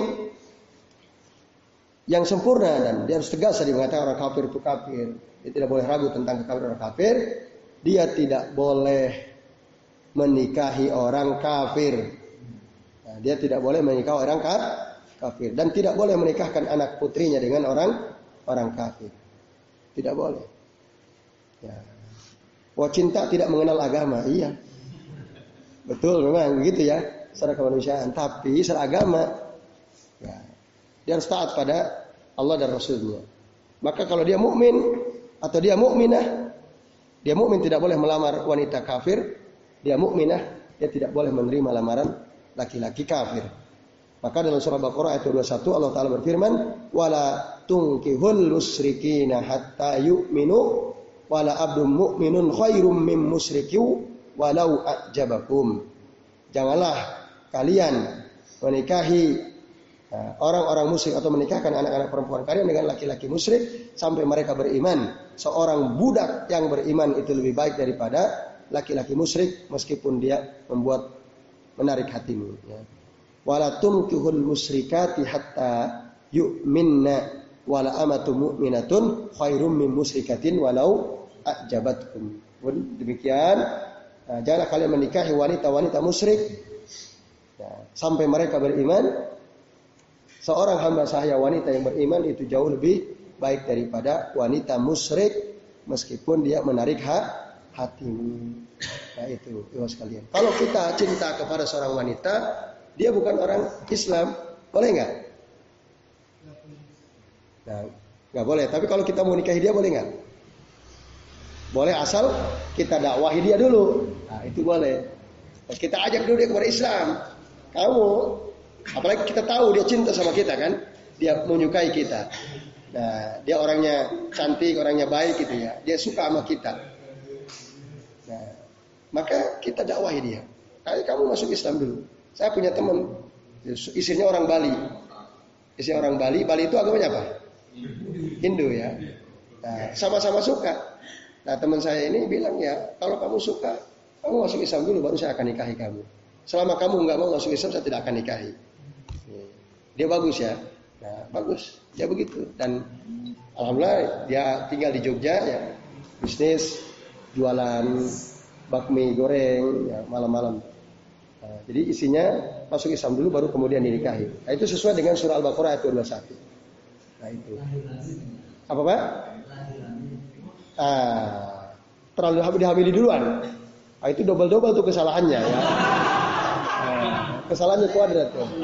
yang sempurna dan dia harus tegas tadi mengatakan orang kafir itu kafir. Dia tidak boleh ragu tentang kekafiran orang kafir. Dia tidak boleh menikahi orang kafir. Nah, dia tidak boleh menikahi orang kafir dan tidak boleh menikahkan anak putrinya dengan orang orang kafir. Tidak boleh. Ya. Wah, cinta tidak mengenal agama, iya. Betul memang begitu ya, secara kemanusiaan. Tapi secara agama, ya, dia harus taat pada Allah dan Rasulnya. Maka kalau dia mukmin atau dia mukminah, dia mukmin tidak boleh melamar wanita kafir. Dia mukminah, dia tidak boleh menerima lamaran laki-laki kafir. Maka dalam surah Baqarah ayat dua puluh satu Allah Ta'ala berfirman, wala tunkihul musyrikina hatta yu'minu wala abdum mu'minun khairum mim musyrikiu walau a'jabakum. Janganlah kalian menikahi orang-orang musyrik atau menikahkan anak-anak perempuan kalian dengan laki-laki musyrik sampai mereka beriman. Seorang budak yang beriman itu lebih baik daripada laki-laki musyrik meskipun dia membuat menarik hatimu. Ya. Wala tumkihul musyrikati hatta yu'minna wala amatu mu'minatun khairum min musyrikatin walau a'jabatkum. Demikian, nah, janganlah kalian menikahi wanita-wanita musyrik ya, sampai mereka beriman. Seorang hamba sahaya wanita yang beriman itu jauh lebih baik daripada wanita musyrik meskipun dia menarik hak hatimu. Nah itu, ibu sekalian. Kalau kita cinta kepada seorang wanita, dia bukan orang Islam, boleh nggak? Nah, nggak boleh. Tapi kalau kita mau nikahi dia, boleh nggak? Boleh asal kita dakwahi dia dulu. Nah itu boleh. Terus kita ajak dulu dia kepada Islam. Kamu apalagi kita tahu dia cinta sama kita kan, dia menyukai kita. Nah, dia orangnya cantik, orangnya baik gitu ya. Dia suka sama kita. Nah, maka kita dakwahi dia. Ayo kamu masuk Islam dulu. Saya punya teman, istrinya orang Bali. Istrinya orang Bali. Bali itu agamanya apa? Hindu ya. Nah, sama-sama suka. Nah, teman saya ini bilang ya, kalau kamu suka, kamu masuk Islam dulu, baru saya akan nikahi kamu. Selama kamu nggak mau masuk Islam, saya tidak akan nikahi. Dia bagus ya, nah bagus, dia begitu. Dan alhamdulillah dia tinggal di Jogja ya, bisnis jualan bakmi goreng ya malam-malam. Nah, jadi isinya masuk Islam dulu baru kemudian dinikahi. Nah, itu sesuai dengan surah Al-Baqarah ayat dua puluh satu. Nah itu. Apa Pak? Ah, terlalu dihamili duluan. Nah, itu double-double tuh kesalahannya ya. Nah, kesalahannya kuadrat tuh.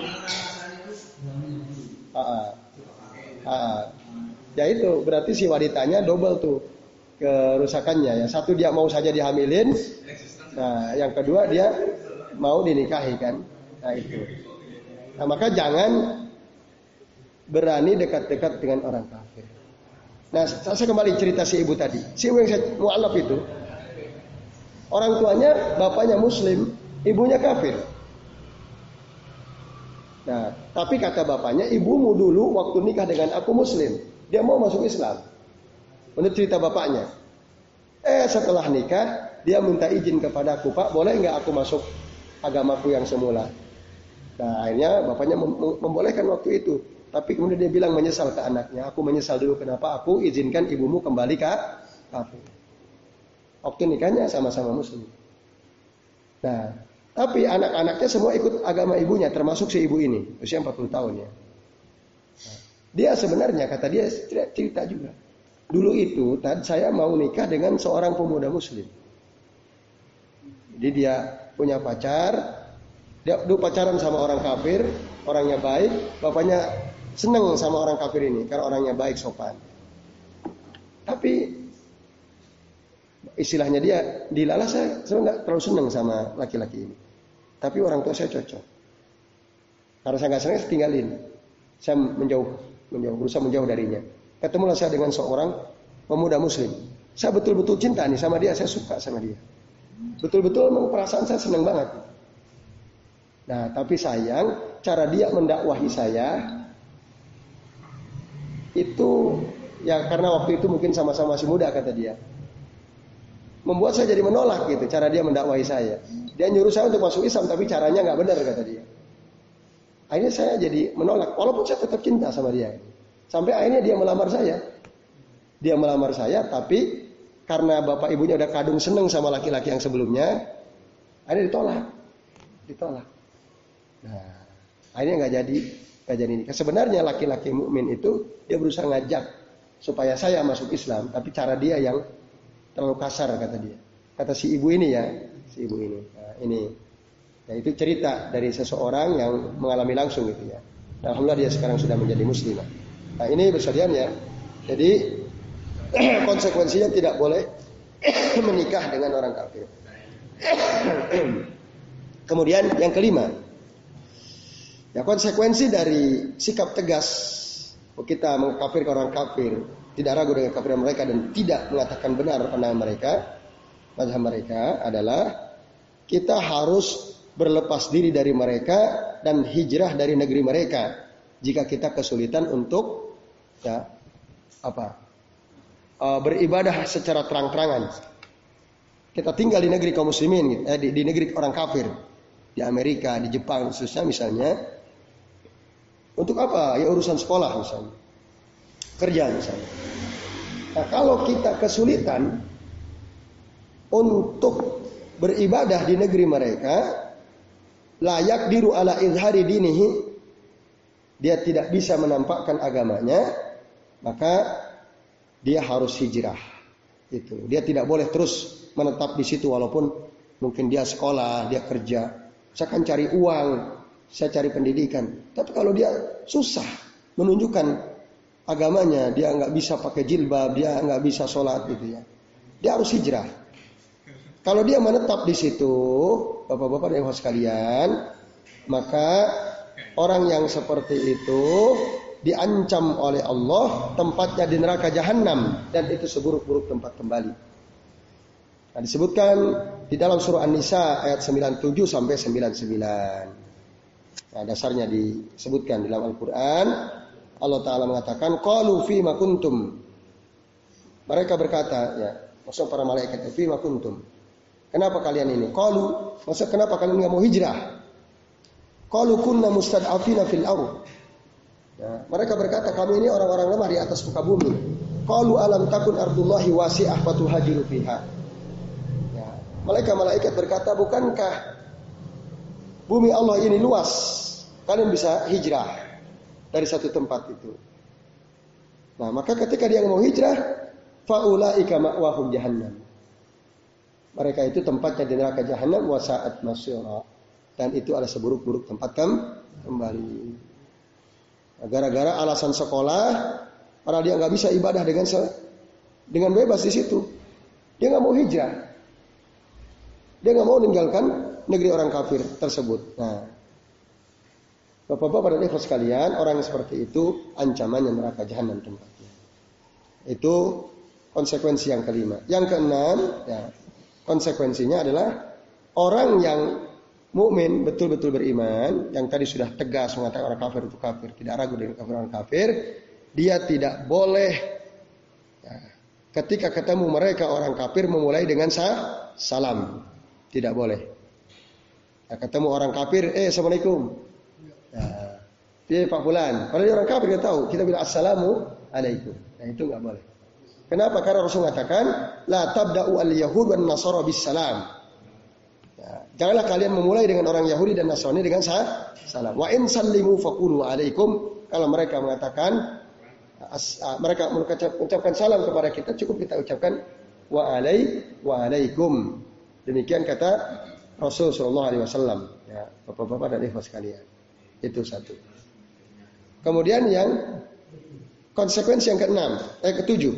Ah, ah, ya itu berarti si wanitanya double tuh kerusakannya ya. Satu dia mau saja dihamilin, nah yang kedua dia mau dinikahi kan. Nah itu. Nah maka jangan berani dekat-dekat dengan orang kafir. Nah saya kembali cerita si ibu tadi. Si ibu yang saya mu'alaf itu, orang tuanya bapaknya Muslim, ibunya kafir. Nah, tapi kata bapaknya, ibumu dulu waktu nikah dengan aku Muslim, dia mau masuk Islam. Menurut cerita bapaknya. Eh, setelah nikah, dia minta izin kepada aku, Pak, boleh nggak aku masuk agamaku yang semula? Nah, akhirnya bapaknya mem- membolehkan waktu itu. Tapi kemudian dia bilang menyesal ke anaknya, aku menyesal dulu kenapa aku izinkan ibumu kembali ke kafir. Waktu nikahnya sama-sama Muslim. Nah, tapi anak-anaknya semua ikut agama ibunya, termasuk si ibu ini, usia empat puluh tahun ya. Dia sebenarnya, kata dia cerita juga. Dulu itu, saya mau nikah dengan seorang pemuda Muslim. Jadi dia punya pacar, dia dulu pacaran sama orang kafir, orangnya baik, bapaknya seneng sama orang kafir ini, karena orangnya baik, sopan. Tapi istilahnya dia, dilala saya sebenarnya nggak terlalu seneng sama laki-laki ini. Tapi orang tua saya cocok. Karena saya nggak seneng, saya tinggalin. Saya menjauh, menjauh, berusaha menjauh darinya. Ketemulah saya dengan seorang pemuda Muslim. Saya betul-betul cinta nih sama dia, saya suka sama dia. Betul-betul memang perasaan saya senang banget. Nah, tapi sayang, cara dia mendakwahi saya itu ya karena waktu itu mungkin sama-sama masih muda kata dia. Membuat saya jadi menolak gitu cara dia mendakwahi saya. Dia nyuruh saya untuk masuk Islam tapi caranya nggak benar kata dia. Akhirnya saya jadi menolak walaupun saya tetap cinta sama dia. Sampai akhirnya dia melamar saya. Dia melamar saya tapi karena bapak ibunya udah kadung seneng sama laki-laki yang sebelumnya, akhirnya ditolak. Ditolak. Nah, akhirnya nggak jadi nggak jadi nikah. Sebenarnya laki-laki mukmin itu dia berusaha ngajak supaya saya masuk Islam, tapi cara dia yang terlalu kasar kata dia. Kata si ibu ini ya, si ibu ini. Nah, ini. Ya, itu cerita dari seseorang yang mengalami langsung gitu ya. Nah, alhamdulillah dia sekarang sudah menjadi muslimah. Nah, ini bersedian ya. Jadi konsekuensinya tidak boleh menikah dengan orang kafir. Kemudian yang kelima, Ya konsekuensi dari sikap tegas kita mengkafirkan orang kafir, tidak ragu dengan kafiran mereka dan tidak mengatakan benar pandangan mereka, mazhab mereka adalah kita harus berlepas diri dari mereka dan hijrah dari negeri mereka jika kita kesulitan untuk ya apa uh, beribadah secara terang-terangan. Kita tinggal di negeri kaum muslimin, eh, di, di negeri orang kafir, di Amerika, di Jepang khususnya misalnya. Untuk apa? Ya urusan sekolah misalnya. Kerja misalnya. Nah kalau kita kesulitan untuk beribadah di negeri mereka, layak diru ala izhari dinihi, dia tidak bisa menampakkan agamanya, maka dia harus hijrah. Itu. Dia tidak boleh terus menetap di situ walaupun mungkin dia sekolah, dia kerja. Saya akan cari uang, saya cari pendidikan. Tapi kalau dia susah menunjukkan agamanya, dia nggak bisa pakai jilbab, dia nggak bisa sholat gitu ya, dia harus hijrah. Kalau dia menetap di situ, bapak-bapak dan ibu sekalian, maka orang yang seperti itu diancam oleh Allah tempatnya di neraka jahanam dan itu seburuk-buruk tempat kembali. Nah, disebutkan di dalam surah An-Nisa ayat sembilan puluh tujuh sampai sembilan puluh sembilan. Nah, dasarnya disebutkan di dalam Al-Quran. Allah Ta'ala mengatakan qalu fima kuntum. Mereka berkata, ya, maksud para malaikat, fima kuntum, kenapa kalian ini? Qalu, maksud kenapa kalian nggak mau hijrah? Qalu kunna mustad'afina fil ardh. Ya, mereka berkata kami ini orang-orang lemah di atas muka bumi. Qalu alam takun ardullahi wasi'ah fatuhajiru fiha. Ya, malaikat-malaikat berkata, bukankah bumi Allah ini luas, kalian bisa hijrah dari satu tempat itu. Nah, maka ketika dia mau hijrah, faulaika ma'wahum jahannam. Mereka itu tempatnya di neraka jahanam wa sa'at masyira. Dan itu adalah seburuk-buruk tempat kembali. Nah, gara-gara alasan sekolah, karena dia nggak bisa ibadah dengan dengan bebas di situ, dia nggak mau hijrah. Dia nggak mau meninggalkan negeri orang kafir tersebut. Nah, bapak-bapak dan ibu sekalian, orang yang seperti itu ancamannya neraka jahanam tempatnya. Itu konsekuensi yang kelima. Yang keenam, ya, konsekuensinya adalah orang yang mukmin betul-betul beriman, yang tadi sudah tegas mengatakan orang kafir itu kafir, tidak ragu dengan kafir orang kafir, dia tidak boleh ya, ketika ketemu mereka orang kafir memulai dengan sah, salam, tidak boleh. Ya, ketemu orang kafir, eh assalamualaikum. Ya, dia Pak Fulan. Kalau dia orang kafir dia tahu, kita bilang assalamu alaikum. Nah itu nggak boleh. Kenapa? Karena Rasul mengatakan, la tabda'u al-yahud wan nasara bis salam. Ya, janganlah kalian memulai dengan orang Yahudi dan Nasrani dengan sah, salam. Wa in sallimu faqulu alaikum. Kalau mereka mengatakan, as, uh, mereka mengucapkan salam kepada kita, cukup kita ucapkan wa alai wa alaikum. Demikian kata Rasul Shallallahu Alaihi Wasallam. Ya, bapak-bapak dan ibu sekalian. Itu satu. Kemudian yang konsekuensi yang keenam, eh ketujuh,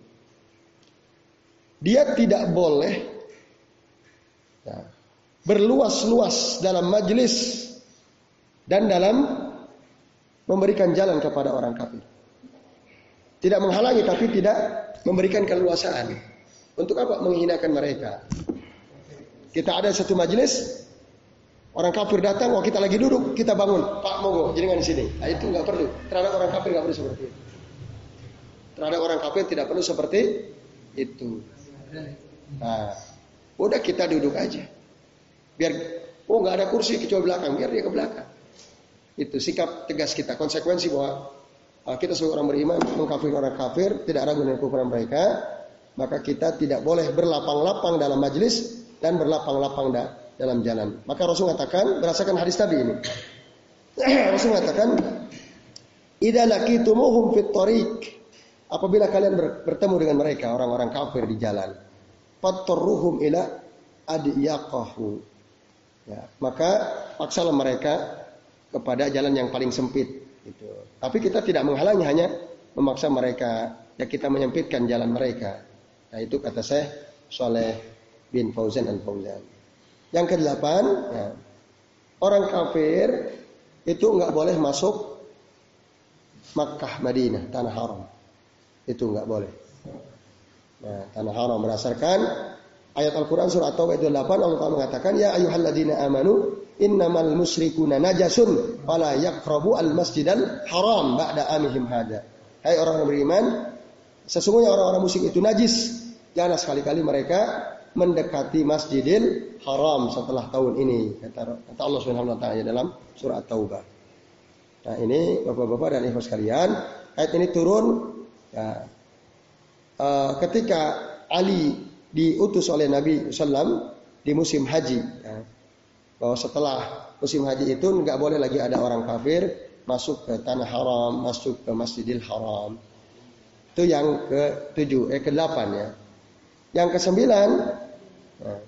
dia tidak boleh ya, berluas-luas dalam majelis dan dalam memberikan jalan kepada orang kafir. Tidak menghalangi tapi tidak memberikan keleluasaan. Untuk apa? Menghinakan mereka. Kita ada satu majelis, orang kafir datang, oh kita lagi duduk, kita bangun, Pak monggo, jenengan di sini. Nah, itu nggak perlu. Terhadap orang kafir nggak perlu seperti itu. Terhadap orang kafir tidak perlu seperti itu. Nah, udah kita duduk aja. Biar, oh nggak ada kursi kecuali belakang, biar dia ke belakang. Itu sikap tegas kita. Konsekuensi bahwa uh, kita sebagai orang beriman mengkafirkan orang kafir, tidak ragu dengan kekufuran mereka, maka kita tidak boleh berlapang-lapang dalam majelis dan berlapang-lapang da, dalam jalan. Maka Rasul mengatakan berdasarkan hadis tadi ini. Rasul mengatakan, "Idza laqitumuhum fit thariq." Apabila kalian bertemu dengan mereka orang-orang kafir di jalan, fattaruhum ila adiyaqahu. Ya, maka paksalah mereka kepada jalan yang paling sempit gitu. Tapi kita tidak menghalangi, hanya memaksa mereka, ya kita menyempitkan jalan mereka. Nah, itu kata Syekh Shalih bin Fauzan Al-Fauzan. Yang kedelapan, ya, orang kafir itu nggak boleh masuk Makkah, Madinah, tanah haram. Itu nggak boleh. Nah, tanah haram berdasarkan ayat Al-Quran surah At-Taubah ayat delapan, Allah Ta'ala mengatakan, ya ayyuhalladzina amanu innamal musyrikuna najasun fala yaqrabu al-masjidal haram ba'da amihim hada. Hai orang yang beriman, sesungguhnya orang-orang musyrik itu najis. Jangan sekali-kali mereka mendekati Masjidil Haram setelah tahun ini, kata, kata Allah Subhanahu wa taala dalam surah At-Taubah. Nah, ini Bapak-bapak dan Ibu sekalian, ayat ini turun ya, uh, ketika Ali diutus oleh Nabi sallallahu alaihi wasallam di musim haji, ya, bahwa setelah musim haji itu nggak boleh lagi ada orang kafir masuk ke tanah haram, masuk ke Masjidil Haram. Itu yang ke tujuh, eh ke delapan ya. Yang kesembilan, nah,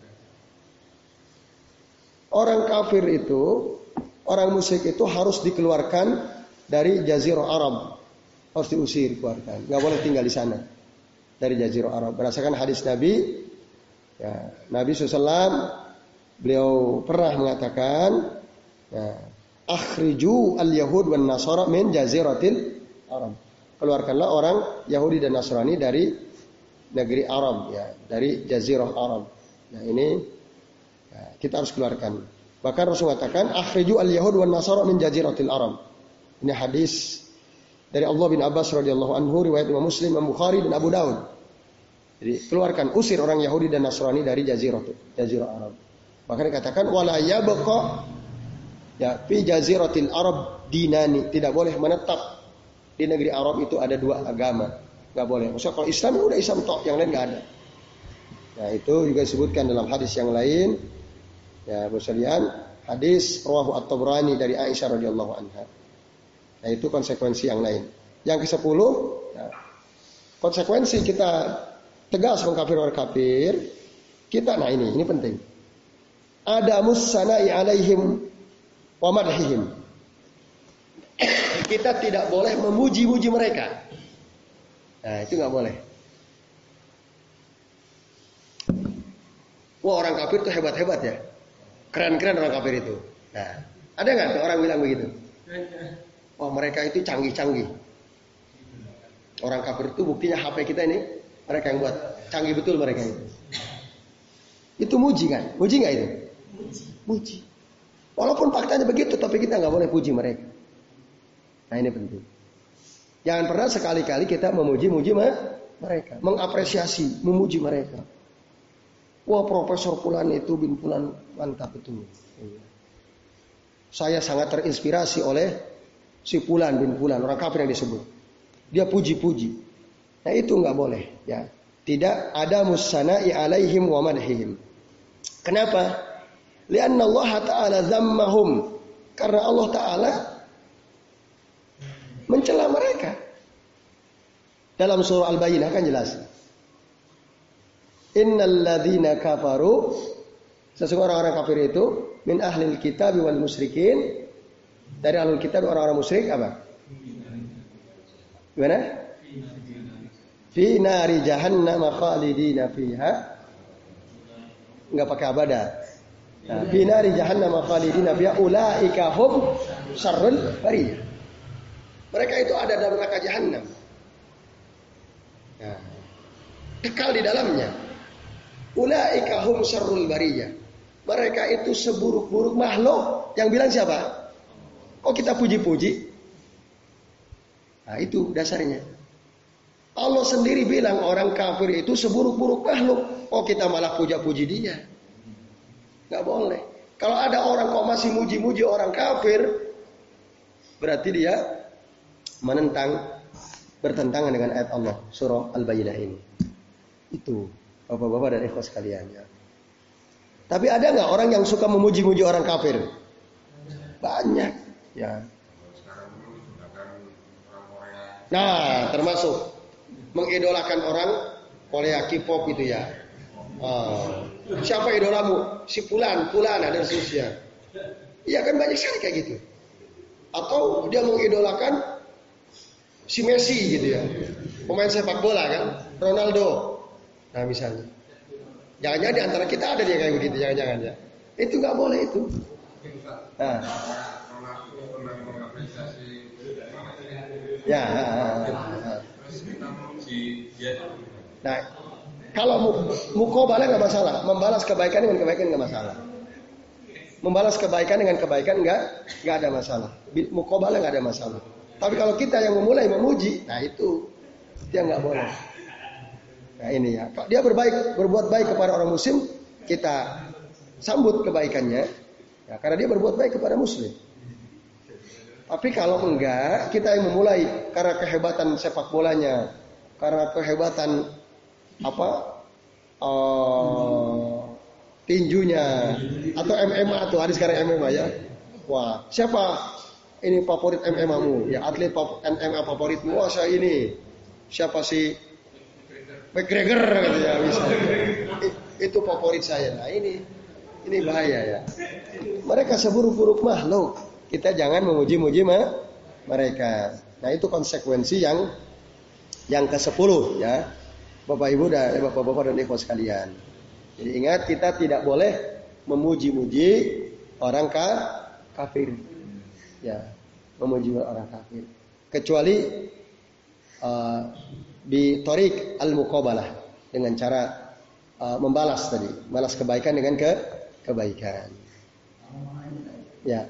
orang kafir itu, orang musyrik itu harus dikeluarkan dari Jazirah Arab, harus diusir, keluarkan, nggak boleh tinggal di sana dari Jazirah Arab. Berdasarkan hadis Nabi, ya, Nabi shallallahu alaihi wasallam beliau pernah mengatakan, ya, akhriju al-Yahud wan Nasara min Jaziratil Arab. Keluarkanlah orang Yahudi dan Nasrani dari negeri Arab, ya, dari Jazirah Arab. Nah ini ya, kita harus keluarkan. Bahkan Rasul mengatakan, akhriju al-Yahud wan Nasara min Jaziratil Arab. Ini hadis dari Allah bin Abbas radhiyallahu anhu, riwayat Imam Muslim, Imam Bukhari dan Abu Daud. Jadi keluarkan, usir orang Yahudi dan Nasrani dari Jazirah Jazirah Arab. Bahkan dikatakan wala yabqa ya fi Jaziratil Arab dinani, tidak boleh menetap di negeri Arab itu ada dua agama. Nggak boleh. Maksudnya kalau Islam udah Islam tok, yang lain nggak ada. Nah itu juga disebutkan dalam hadis yang lain. Ya, berselian hadis rawahu At-Tabrani dari Aisyah radhiyallahu anha. Nah itu konsekuensi yang lain. Yang kesepuluh, ya, konsekuensi kita tegas mengkafir orang kafir. Kita, nah ini, ini penting. Ada musana'i alaihim wa madhihim. Kita tidak boleh memuji-muji mereka. Nah itu nggak boleh. Wah orang kafir itu hebat-hebat ya, keren-keren orang kafir itu. Nah ada nggak tuh orang bilang begitu? Wah mereka itu canggih-canggih. Orang kafir itu buktinya H P kita ini mereka yang buat, canggih betul mereka itu. Itu muji kan? Muji nggak itu? Muji. Walaupun faktanya begitu, tapi kita nggak boleh puji mereka. Nah ini penting. Jangan pernah sekali-kali kita memuji-muji mereka, mengapresiasi, memuji mereka. Wah Profesor Fulan itu bin Fulan mantap betul. Saya sangat terinspirasi oleh si Fulan bin Fulan, orang kafir yang disebut. Dia puji-puji. Nah itu nggak boleh. Ya, tidak ada musana'i alaihim wa madhihim. Kenapa? Lianna Allah Taala zammahum. Karena Allah Taala mencela mereka. Dalam surah Al-Bayyinah kan jelas. Innal ladzina kafaru, sesungguhnya orang-orang kafir itu min ahlil kitab wal musyrikin, dari ahlul kitab orang-orang musyrik apa? Gimana? Fi nari jahannam khalidina fiha. Enggak pakai abada. Nah, fi nari jahannam khalidina fiha ulaika hum syarrul bariyah. Mereka itu ada dalam neraka jahanam. Nah, kekal di dalamnya. Ulaika hum syarrul bariyah. Mereka itu seburuk-buruk makhluk. Yang bilang siapa? Kok kita puji-puji? Nah, itu dasarnya. Allah sendiri bilang orang kafir itu seburuk-buruk makhluk. Oh kita malah puja-puji dia. Gak boleh. Kalau ada orang kok masih muji-muji orang kafir, berarti dia menentang, bertentangan dengan ayat Allah surah Al-Bayyinah ini. Itu bapak-bapak dan ikhwas sekalian ya. Tapi ada nggak orang yang suka memuji-muji orang kafir? Banyak ya. Nah termasuk mengidolakan orang Korea K-pop itu ya. Oh, siapa idolamu? Si Fulan, Fulana dan seterusnya. Iya kan banyak sekali kayak gitu. Atau dia mengidolakan si Messi gitu ya, pemain sepak bola kan, Ronaldo. Nah misalnya, jangan-jangan di antara kita ada dia kayak begitu, jangan-jangan ya. Itu nggak boleh itu. Nah, Ya. Nah, kalau muqabalah nggak masalah, membalas kebaikan dengan kebaikan nggak masalah. Membalas kebaikan dengan kebaikan nggak nggak ada masalah. Muqabalah nggak ada masalah. Tapi kalau kita yang memulai memuji, nah itu dia nggak boleh. Nah ini ya, kalau dia berbaik, berbuat baik kepada orang muslim, kita sambut kebaikannya, ya, karena dia berbuat baik kepada muslim. Tapi kalau enggak, kita yang memulai karena kehebatan sepak bolanya, karena kehebatan apa uh, tinjunya atau M M A tuh, hari sekarang M M A ya. Wah, siapa ini favorit M M A-mu? Ya, atlet M M A favoritmu? Wah, saya ini. Siapa sih? McGregor gitu ya, misalnya. Itu favorit saya. Nah, ini ini bahaya ya. Mereka seburuk-buruk makhluk. Kita jangan memuji-muji mereka. Nah, itu konsekuensi yang yang kesepuluh ya. Bapak Ibu dan Bapak-bapak dan ibu sekalian. Jadi ingat, kita tidak boleh memuji-muji orang ka, kafir. Ya, memuji orang kafir. Kecuali uh, bi tariq al-muqabalah, dengan cara uh, membalas tadi, balas kebaikan dengan ke kebaikan. Ya.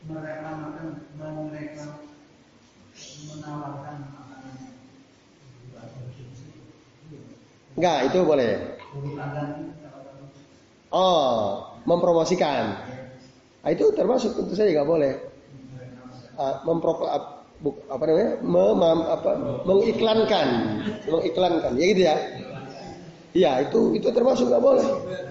Enggak, itu boleh. Oh, mempromosikan. Nah, itu termasuk, tentu saja nggak boleh. Uh, mempro, apa namanya? Mem, apa, mengiklankan, mengiklankan. Ya gitu ya. Iya, itu itu termasuk nggak boleh.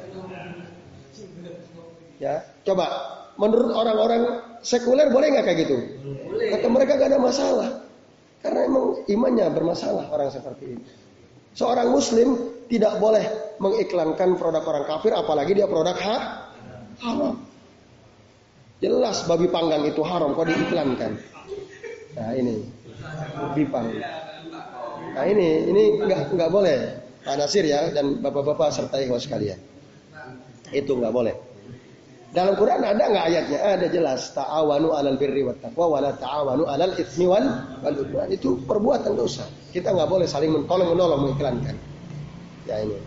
Ya, coba. Menurut orang-orang sekuler boleh nggak kayak gitu? Boleh. Kata mereka nggak ada masalah. Karena emang imannya bermasalah orang seperti ini. Seorang muslim tidak boleh mengiklankan produk orang kafir, apalagi dia produk ha? haram. Jelas babi panggang itu haram, kok diiklankan. Nah ini bipang. Nah ini ini nggak nggak boleh, Pak Nasir ya, dan bapak-bapak serta ikhwan sekalian. Itu nggak boleh. Dalam Quran ada nggak ayatnya? Ada jelas. Ta'awanu 'alal birri wat taqwa wa la ta'awanu 'alal itsmi wal udwan. Itu perbuatan dosa. Kita nggak boleh saling menolong menolong mengiklankan. Ya ini.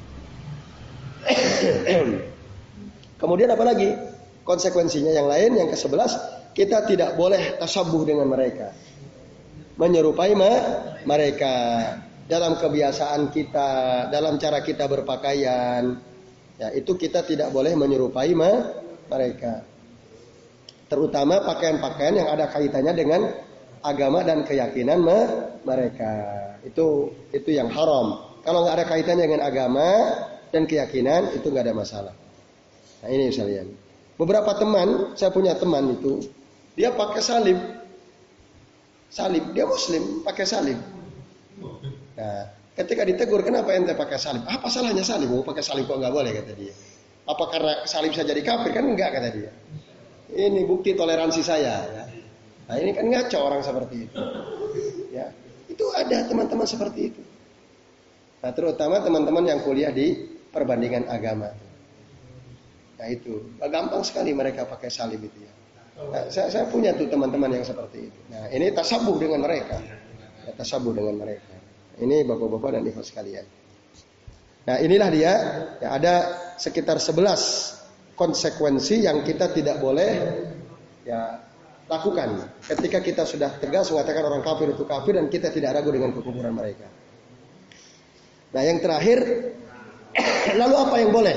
Kemudian apa lagi? Konsekuensinya yang lain, yang kesebelas, kita tidak boleh tasabuh dengan mereka. Menyerupai mereka dalam kebiasaan kita, dalam cara kita berpakaian. Ya, itu kita tidak boleh menyerupai mereka. Terutama pakaian-pakaian yang ada kaitannya dengan agama dan keyakinan mereka. Itu itu yang haram. Kalau nggak ada kaitannya dengan agama dan keyakinan, itu nggak ada masalah. Nah ini sekalian. Beberapa teman, saya punya teman itu, dia pakai salib. Salib, dia muslim, pakai salib. Nah, ketika ditegur, kenapa ente pakai salib? Apa salahnya salib? Mau pakai salib kok nggak boleh, kata dia. Apa karena salib saya jadi kafir? Kan enggak, kata dia. Ini bukti toleransi saya. Ya. Nah ini kan ngaco orang seperti itu. Ya, itu ada teman-teman seperti itu. Nah terutama teman-teman yang kuliah di perbandingan agama. Nah itu, gampang sekali mereka pakai salib itu ya. Nah, saya, saya punya tuh teman-teman yang seperti itu. Nah ini tasabuh dengan mereka. Ya, tasabuh dengan mereka. Ini bapak-bapak dan ibu sekalian. Nah inilah dia, ya, ada sekitar sebelas konsekuensi yang kita tidak boleh ya lakukan ketika kita sudah tegas mengatakan orang kafir itu kafir dan kita tidak ragu dengan kekufuran mereka. Nah yang terakhir, lalu apa yang boleh?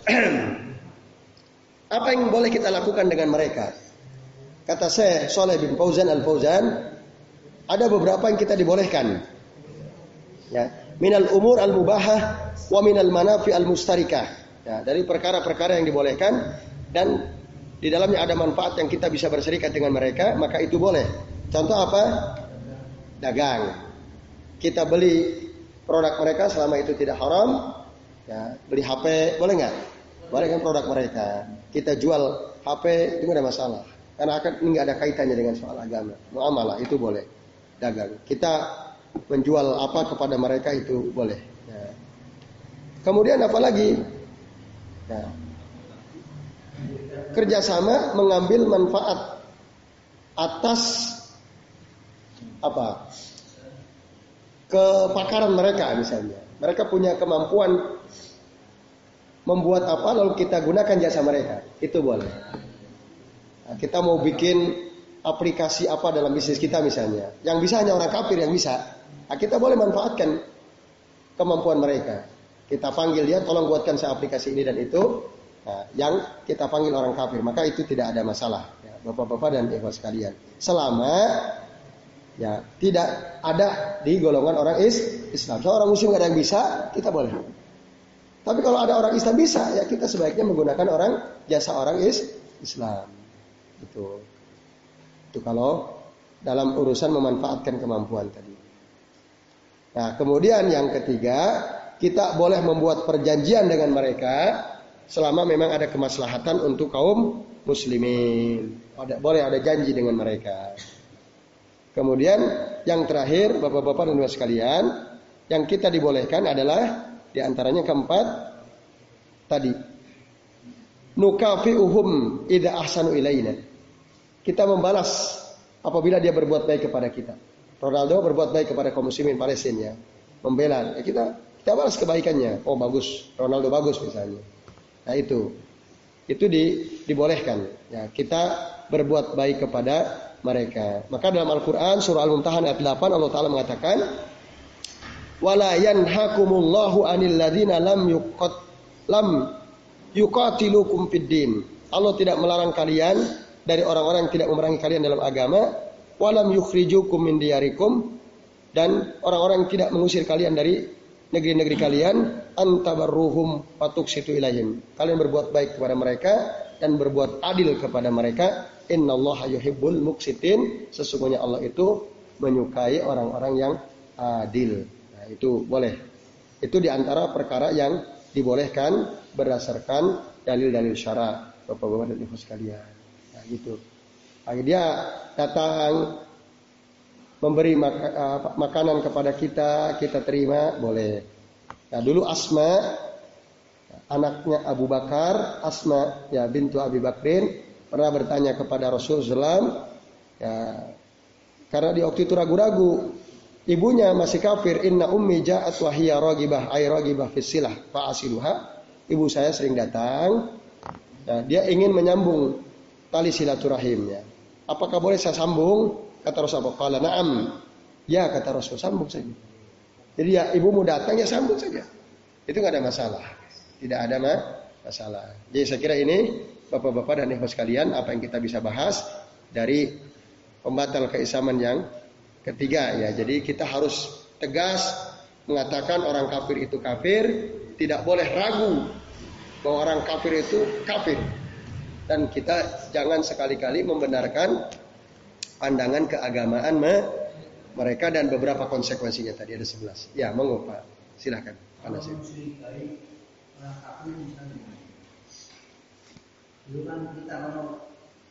Apa yang boleh kita lakukan dengan mereka? Kata Syekh Shalih bin Fauzan Al-Fauzan, ada beberapa yang kita dibolehkan. Ya, minal umur al-mubahah wa minal manafi al-mustarikah. Ya, dari perkara-perkara yang dibolehkan dan di dalamnya ada manfaat yang kita bisa berserikat dengan mereka, maka itu boleh. Contoh apa? Dagang. Kita beli produk mereka selama itu tidak haram. Ya, beli H P boleh nggak? Boleh kan produk mereka. Kita jual H P itu nggak ada masalah. Karena akan ini nggak ada kaitannya dengan soal agama. Muamalah itu boleh. Dagang. Kita menjual apa kepada mereka itu boleh. Ya. Kemudian apa lagi? Ya. Kerjasama mengambil manfaat atas apa? kepakaran mereka misalnya. Mereka punya kemampuan membuat apa lalu kita gunakan jasa mereka. Itu boleh. Nah, kita mau bikin aplikasi apa dalam bisnis kita misalnya. Yang bisa hanya orang kafir yang bisa. Nah, kita boleh manfaatkan kemampuan mereka. Kita panggil dia, tolong buatkan saya aplikasi ini dan itu. Nah, yang kita panggil orang kafir. Maka itu tidak ada masalah. Ya, Bapak-bapak dan ibu sekalian. Selama ya tidak ada di golongan orang is Islam. So, orang muslim nggak ada yang bisa, kita boleh. Tapi kalau ada orang Islam bisa, ya kita sebaiknya menggunakan orang jasa orang is Islam. Itu, itu kalau dalam urusan memanfaatkan kemampuan tadi. Nah, kemudian yang ketiga, kita boleh membuat perjanjian dengan mereka selama memang ada kemaslahatan untuk kaum muslimin. Ada, boleh ada janji dengan mereka. Kemudian yang terakhir, bapak-bapak dan ibu sekalian, yang kita dibolehkan adalah diantaranya keempat tadi, nukafi'uhum idza ahsanu ilaina. Kita membalas apabila dia berbuat baik kepada kita. Ronaldo berbuat baik kepada kaum muslimin Palestina, membela. Ya kita kita balas kebaikannya. Oh bagus, Ronaldo bagus misalnya. Nah itu, itu di, dibolehkan. Ya kita berbuat baik kepada mereka. Maka dalam Al-Quran surah Al-Mumtahan ayat delapan Allah Ta'ala mengatakan wala yanhakumullahu anil ladhina lam yuqat lam yuqatilukum fid din. Allah tidak melarang kalian dari orang-orang yang tidak memerangi kalian dalam agama, walam yukhrijukum min diyarikum, dan orang-orang yang tidak mengusir kalian dari negeri-negeri kalian, antabarruhum fatuqsitu ilaihim. Kalian berbuat baik kepada mereka dan berbuat adil kepada mereka. Innallaha yuhibbul muqsitin. Sesungguhnya Allah itu menyukai orang-orang yang adil. Nah, itu boleh. Itu diantara perkara yang dibolehkan berdasarkan dalil-dalil syara. Bapak-bapak dan ibu sekalian. Nah, gitu. Lagi dia datang memberi mak- uh, makanan kepada kita, kita terima, boleh. Nah, dulu Asma, anaknya Abu Bakar, Asma ya bintu Abi Bakrin, pernah bertanya kepada Rasulullah shallallahu alaihi wasallam, ya, karena di waktu itu ragu-ragu, ibunya masih kafir, inna ummi ja'at wa hiya ragibah ay ragibah fis silah fa asiluha. Ibu saya sering datang, ya, dia ingin menyambung tali silaturahimnya. Apakah boleh saya sambung? Kata Rasulullah, qala na'am. Ya, kata Rasul, sambung saja. Jadi ya ibumu datang ya sambung saja. Itu nggak ada masalah. Tidak ada masalah. Jadi saya kira ini Bapak-bapak dan ibu sekalian, apa yang kita bisa bahas dari pembatal keislaman yang ketiga ya. Jadi kita harus tegas mengatakan orang kafir itu kafir, tidak boleh ragu bahwa orang kafir itu kafir. Dan kita jangan sekali-kali membenarkan pandangan keagamaan mereka dan beberapa konsekuensinya tadi ada sebelas. Ya, monggo Pak. Silakan. Pak Nasir. Dulu kan kita kalau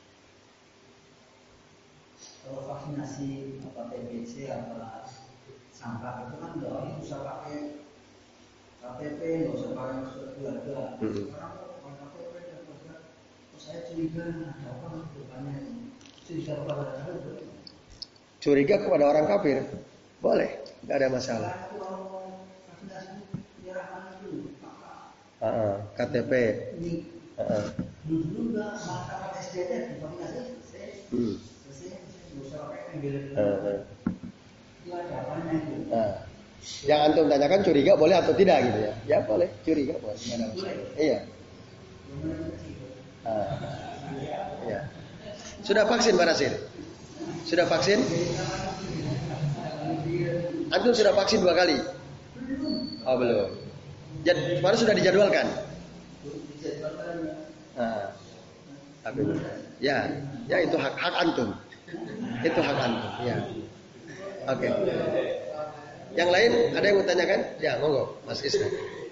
kalau vaksinasi apa T B C apa campak itu kan nggak usah pakai K T P, nggak usah pakai surat keluarga. Sekarang kok pakai K T P dan keluarga, saya curiga ada apa depannya ini? Curiga kepada orang kafir. Curiga kepada orang kafir, boleh, nggak ada masalah. Kalau vaksinasi penyerahan itu, uh-uh, K T P. Uh-uh. Dulu nggak masalah S D T divaksinasi selesai, Hmm. selesai nggak usah pakai ambil. Uh-uh. Itu ada apanya itu? Nah, yang antum tanyakan curiga boleh atau tidak gitu ya? Ya boleh, curiga boleh. Mana iya. Ah, iya. Sudah vaksin Pak Nasir? Sudah vaksin? Antum sudah vaksin dua kali? Oh belum. Jad, baru sudah dijadwalkan? Nah, tapi ya, ya itu hak hak antum. Itu hak antum. Ya. Oke. Okay. Yang lain ada yang mau tanyakan? Ya, monggo, Mas Isma.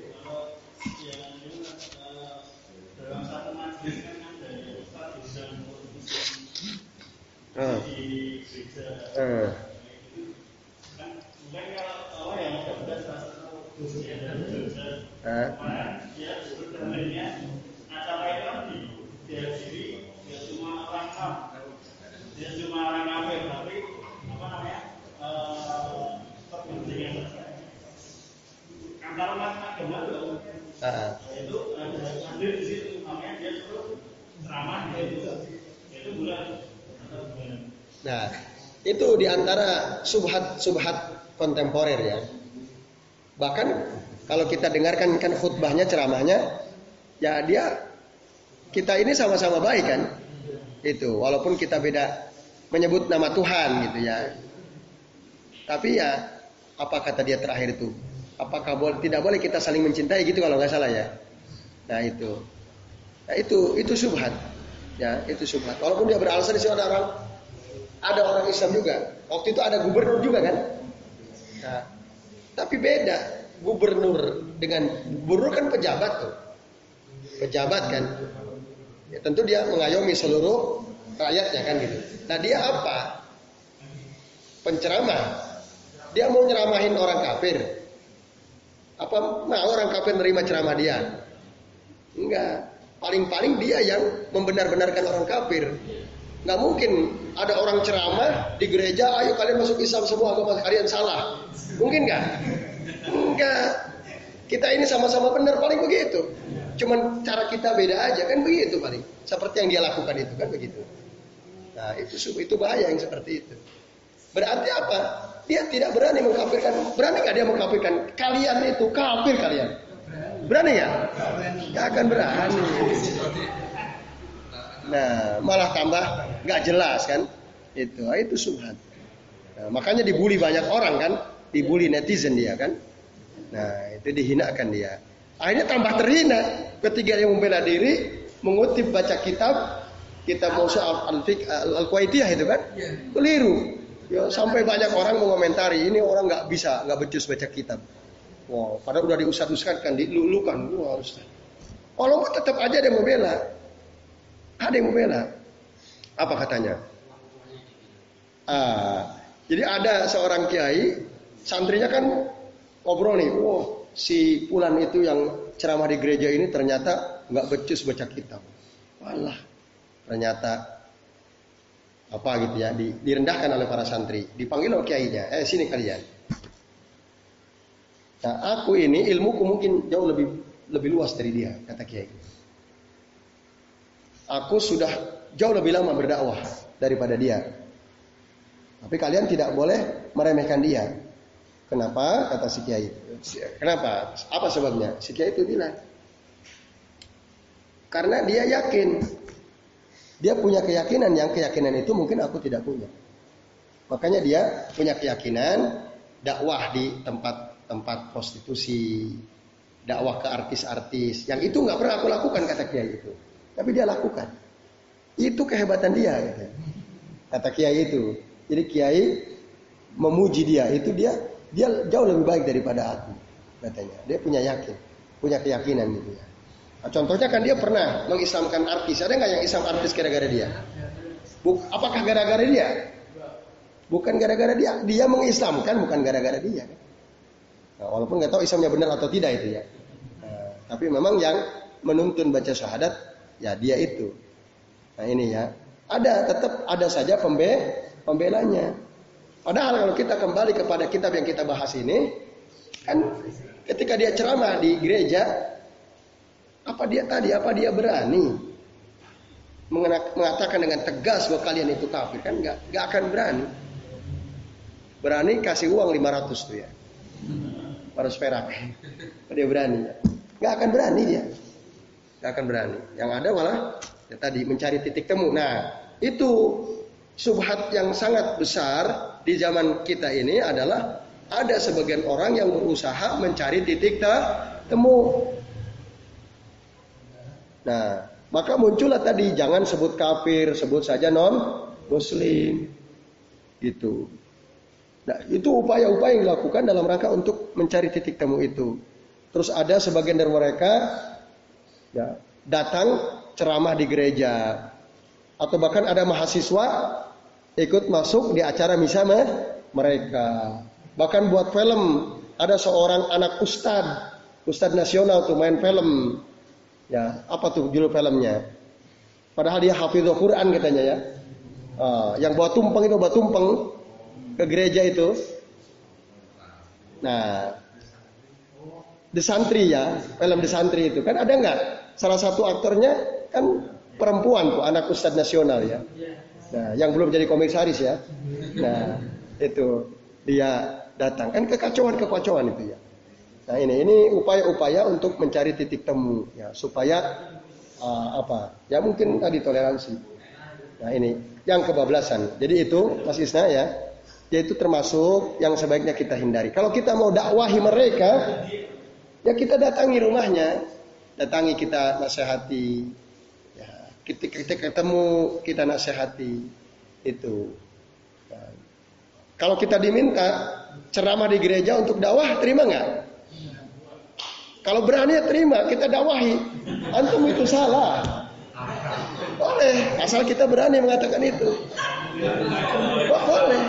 Uh. Uh. Uh. Dia cuma orang kafir, tapi apa namanya? Kepentingan Antara umat agama loh. Ah. Itu hadir di situ, makanya dia suruh ceramah itu, itu bulan. Nah, itu diantara subhat-subhat kontemporer ya. Bahkan kalau kita dengarkan kan khutbahnya, ceramahnya, ya dia kita ini sama-sama baik kan. Itu walaupun kita beda menyebut nama Tuhan gitu ya. Tapi ya apa kata dia terakhir itu? Apakah boleh, tidak boleh kita saling mencintai gitu kalau nggak salah ya. Nah itu, nah itu itu subhat, ya itu subhat. Walaupun dia beralasan di sini ada orang, ada orang Islam juga. Waktu itu ada gubernur juga kan. Nah, tapi beda gubernur dengan gubernur kan pejabat tuh, pejabat kan. Ya, tentu dia mengayomi seluruh rakyatnya kan gitu. Nah dia apa? Penceramah. Dia mau nyeramahin orang kafir. Apa mau orang kafir nerima ceramah dia? Enggak. Paling-paling dia yang membenar-benarkan orang kafir. Enggak mungkin ada orang ceramah di gereja, ayo kalian masuk Islam semua, agama kalian salah. Mungkin enggak? Enggak. Kita ini sama-sama benar, paling begitu. Cuman cara kita beda aja kan begitu paling. Seperti yang dia lakukan itu kan begitu. Nah itu itu bahaya yang seperti itu. Berarti apa? Dia tidak berani mengkafirkan. Berani nggak dia mengkafirkan? Kalian itu kafir kalian. Berani nggak? Nggak akan berani. Nah malah tambah nggak jelas kan? Itu itu subhat. Nah, makanya dibully banyak orang kan? Dibully netizen dia kan? Nah itu dihinakan dia. Akhirnya tambah terhina ketika dia membela diri, mengutip baca kitab, kitab Musa al-Qawaitiyah itu kan, keliru. Ya, sampai banyak orang mengomentari ini orang nggak bisa, nggak becus baca kitab. Wow, padahal udah diusat-usatkan, dilulukan, wah harus. Walaupun tetap aja ada yang membela, ada yang membela. Apa katanya? Ah, jadi ada seorang kiai, santrinya kan ngobrol nih, wow. Si Fulan itu yang ceramah di gereja ini ternyata nggak becus baca kitab. Walah, ternyata apa gitu ya, di, direndahkan oleh para santri, dipanggil oleh kiainya, eh sini kalian. Nah aku ini ilmuku mungkin jauh lebih lebih luas dari dia, kata kiai. Aku sudah jauh lebih lama berdakwah daripada dia. Tapi kalian tidak boleh meremehkan dia. Kenapa? Kata si kiai. Kenapa? Apa sebabnya? Si kiai itu bilang, karena dia yakin, dia punya keyakinan yang keyakinan itu mungkin aku tidak punya. Makanya dia punya keyakinan dakwah di tempat-tempat prostitusi, dakwah ke artis-artis, yang itu nggak pernah aku lakukan, kata kiai itu. Tapi dia lakukan. Itu kehebatan dia, kata, kata kiai itu. Jadi kiai memuji dia, itu dia dia jauh lebih baik daripada aku, katanya. Dia punya yakin, punya keyakinan gitu ya. Nah, contohnya kan dia pernah mengislamkan artis. Ada nggak yang Islam artis gara-gara dia? Buk, apakah gara-gara dia? Bukan gara-gara dia. Dia mengislamkan, bukan gara-gara dia. Nah, walaupun nggak tahu Islamnya benar atau tidak itu ya. Nah, tapi memang yang menuntun baca syahadat ya dia itu. Nah ini ya. Ada tetap ada saja pembe pembelanya. Padahal kalau kita kembali kepada kitab yang kita bahas ini, kan ketika dia ceramah di gereja, apa dia tadi, apa dia berani mengatakan dengan tegas bahwa kalian itu kafir? Kan nggak, nggak akan berani. Berani kasih uang lima ratus tuh ya, lima ratus perak. Dia berani, nggak akan berani dia, nggak akan berani. Yang ada malah ya tadi mencari titik temu. Nah itu subhat yang sangat besar di zaman kita ini adalah ada sebagian orang yang berusaha mencari titik temu. Nah, maka muncullah tadi jangan sebut kafir, sebut saja non muslim. Gitu. Nah, itu upaya-upaya yang dilakukan dalam rangka untuk mencari titik temu itu. Terus ada sebagian dari mereka ya, datang ceramah di gereja, atau bahkan ada mahasiswa ikut masuk di acara misa mereka. Bahkan buat film, ada seorang anak ustad, ustad nasional tuh main film. Ya, apa tuh judul filmnya? Padahal dia hafizul Quran katanya ya. Uh, yang bawa tumpeng itu bawa tumpeng ke gereja itu. Nah, The Santri ya, film The Santri itu kan ada nggak? Salah satu aktornya kan perempuan tuh, anak Ustadz nasional ya. Nah, yang belum jadi komisaris ya. Nah, itu dia datang kan kekacauan-kekacauan itu ya. Nah ini ini upaya-upaya untuk mencari titik temu ya supaya uh, apa? Ya mungkin tadi toleransi. Nah ini yang kebablasan. Jadi itu Mas Isna ya, yaitu termasuk yang sebaiknya kita hindari. Kalau kita mau dakwahi mereka, ya kita datangi rumahnya, datangi kita nasihati. Ya, kita, kita ketemu kita nasihati itu. Nah, kalau kita diminta ceramah di gereja untuk dakwah, terima nggak? Kalau berani ya terima, kita dakwahi. Antum itu salah. Boleh, asal kita berani mengatakan itu. Oh, boleh.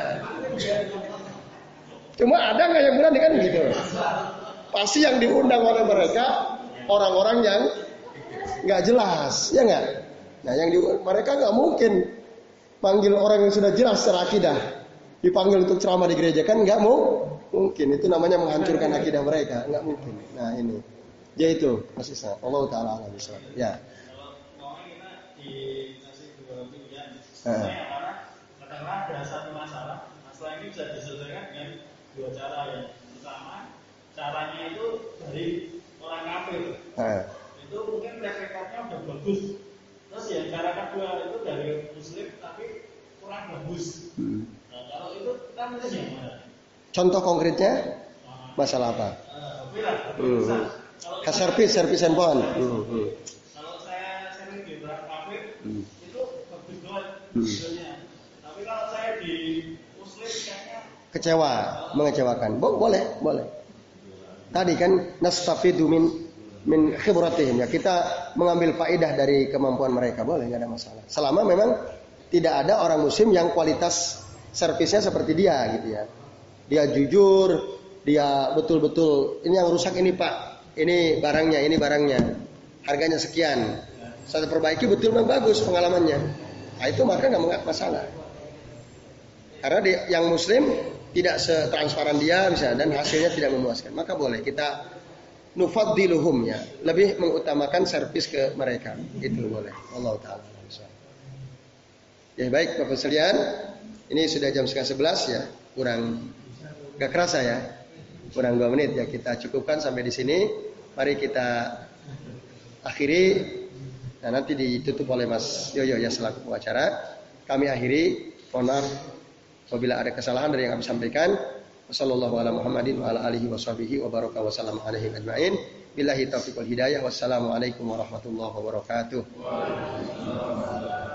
Cuma ada nggak yang berani kan gitu? Pasti yang diundang oleh mereka orang-orang yang nggak jelas, ya nggak? Nah, yang di, mereka nggak mungkin panggil orang yang sudah jelas secara akidah, dipanggil untuk ceramah di gereja kan nggak mau. Mungkin itu namanya menghancurkan akidah mereka, nggak mungkin. Nah ini, ya itu Mas Isa. Allah Taala alam bisawab. Ya. Kalau mau kita dikasih dua pilihan, sebenarnya yang mana? Katakanlah ada satu masalah, masalah ini bisa diselesaikan dengan dua cara ya. Pertama, caranya itu dari orang kafir. Nah. Itu mungkin track recordnya udah bagus. Terus yang cara kedua itu dari Muslim tapi kurang bagus. Hmm. Nah kalau itu kita milih yang mana? Contoh konkretnya masalah apa? Uh, hmm. Servis, servis handphone. Hmm. Hmm. Kalau saya sering di kafe hmm. itu bagus banget videonya. Hmm. Tapi kalau saya di Muslim kayaknya kecewa, mengecewakan. Bo boleh, boleh. Tadi kan nastafidu min min khibratihim ya. Kita mengambil faedah dari kemampuan mereka, boleh, nggak ada masalah. Selama memang tidak ada orang muslim yang kualitas servisnya seperti dia gitu ya. Dia jujur, dia betul-betul ini yang rusak ini Pak, ini barangnya, ini barangnya, harganya sekian. Saya perbaiki betul memang bagus pengalamannya. Nah itu maka nggak masalah. Karena dia, yang Muslim tidak setransparan dia bisa dan hasilnya tidak memuaskan, maka boleh kita nufaddiluhum ya, lebih mengutamakan servis ke mereka, itu boleh. Allah Taala. Ya baik Bapak sekalian, ini sudah jam setengah sebelas ya, kurang. Gak kerasa ya, kurang dua menit ya, kita cukupkan sampai di sini. Mari kita akhiri. Nah nanti ditutup oleh Mas Yoyo ya selaku pengacara. Kami akhiri. Mohon maaf apabila ada kesalahan dari yang kami sampaikan. Wassalamualaikum warahmatullahi wabarakatuh. Billahi taufiq wal hidayah. Wassalamualaikum warahmatullahi wabarakatuh.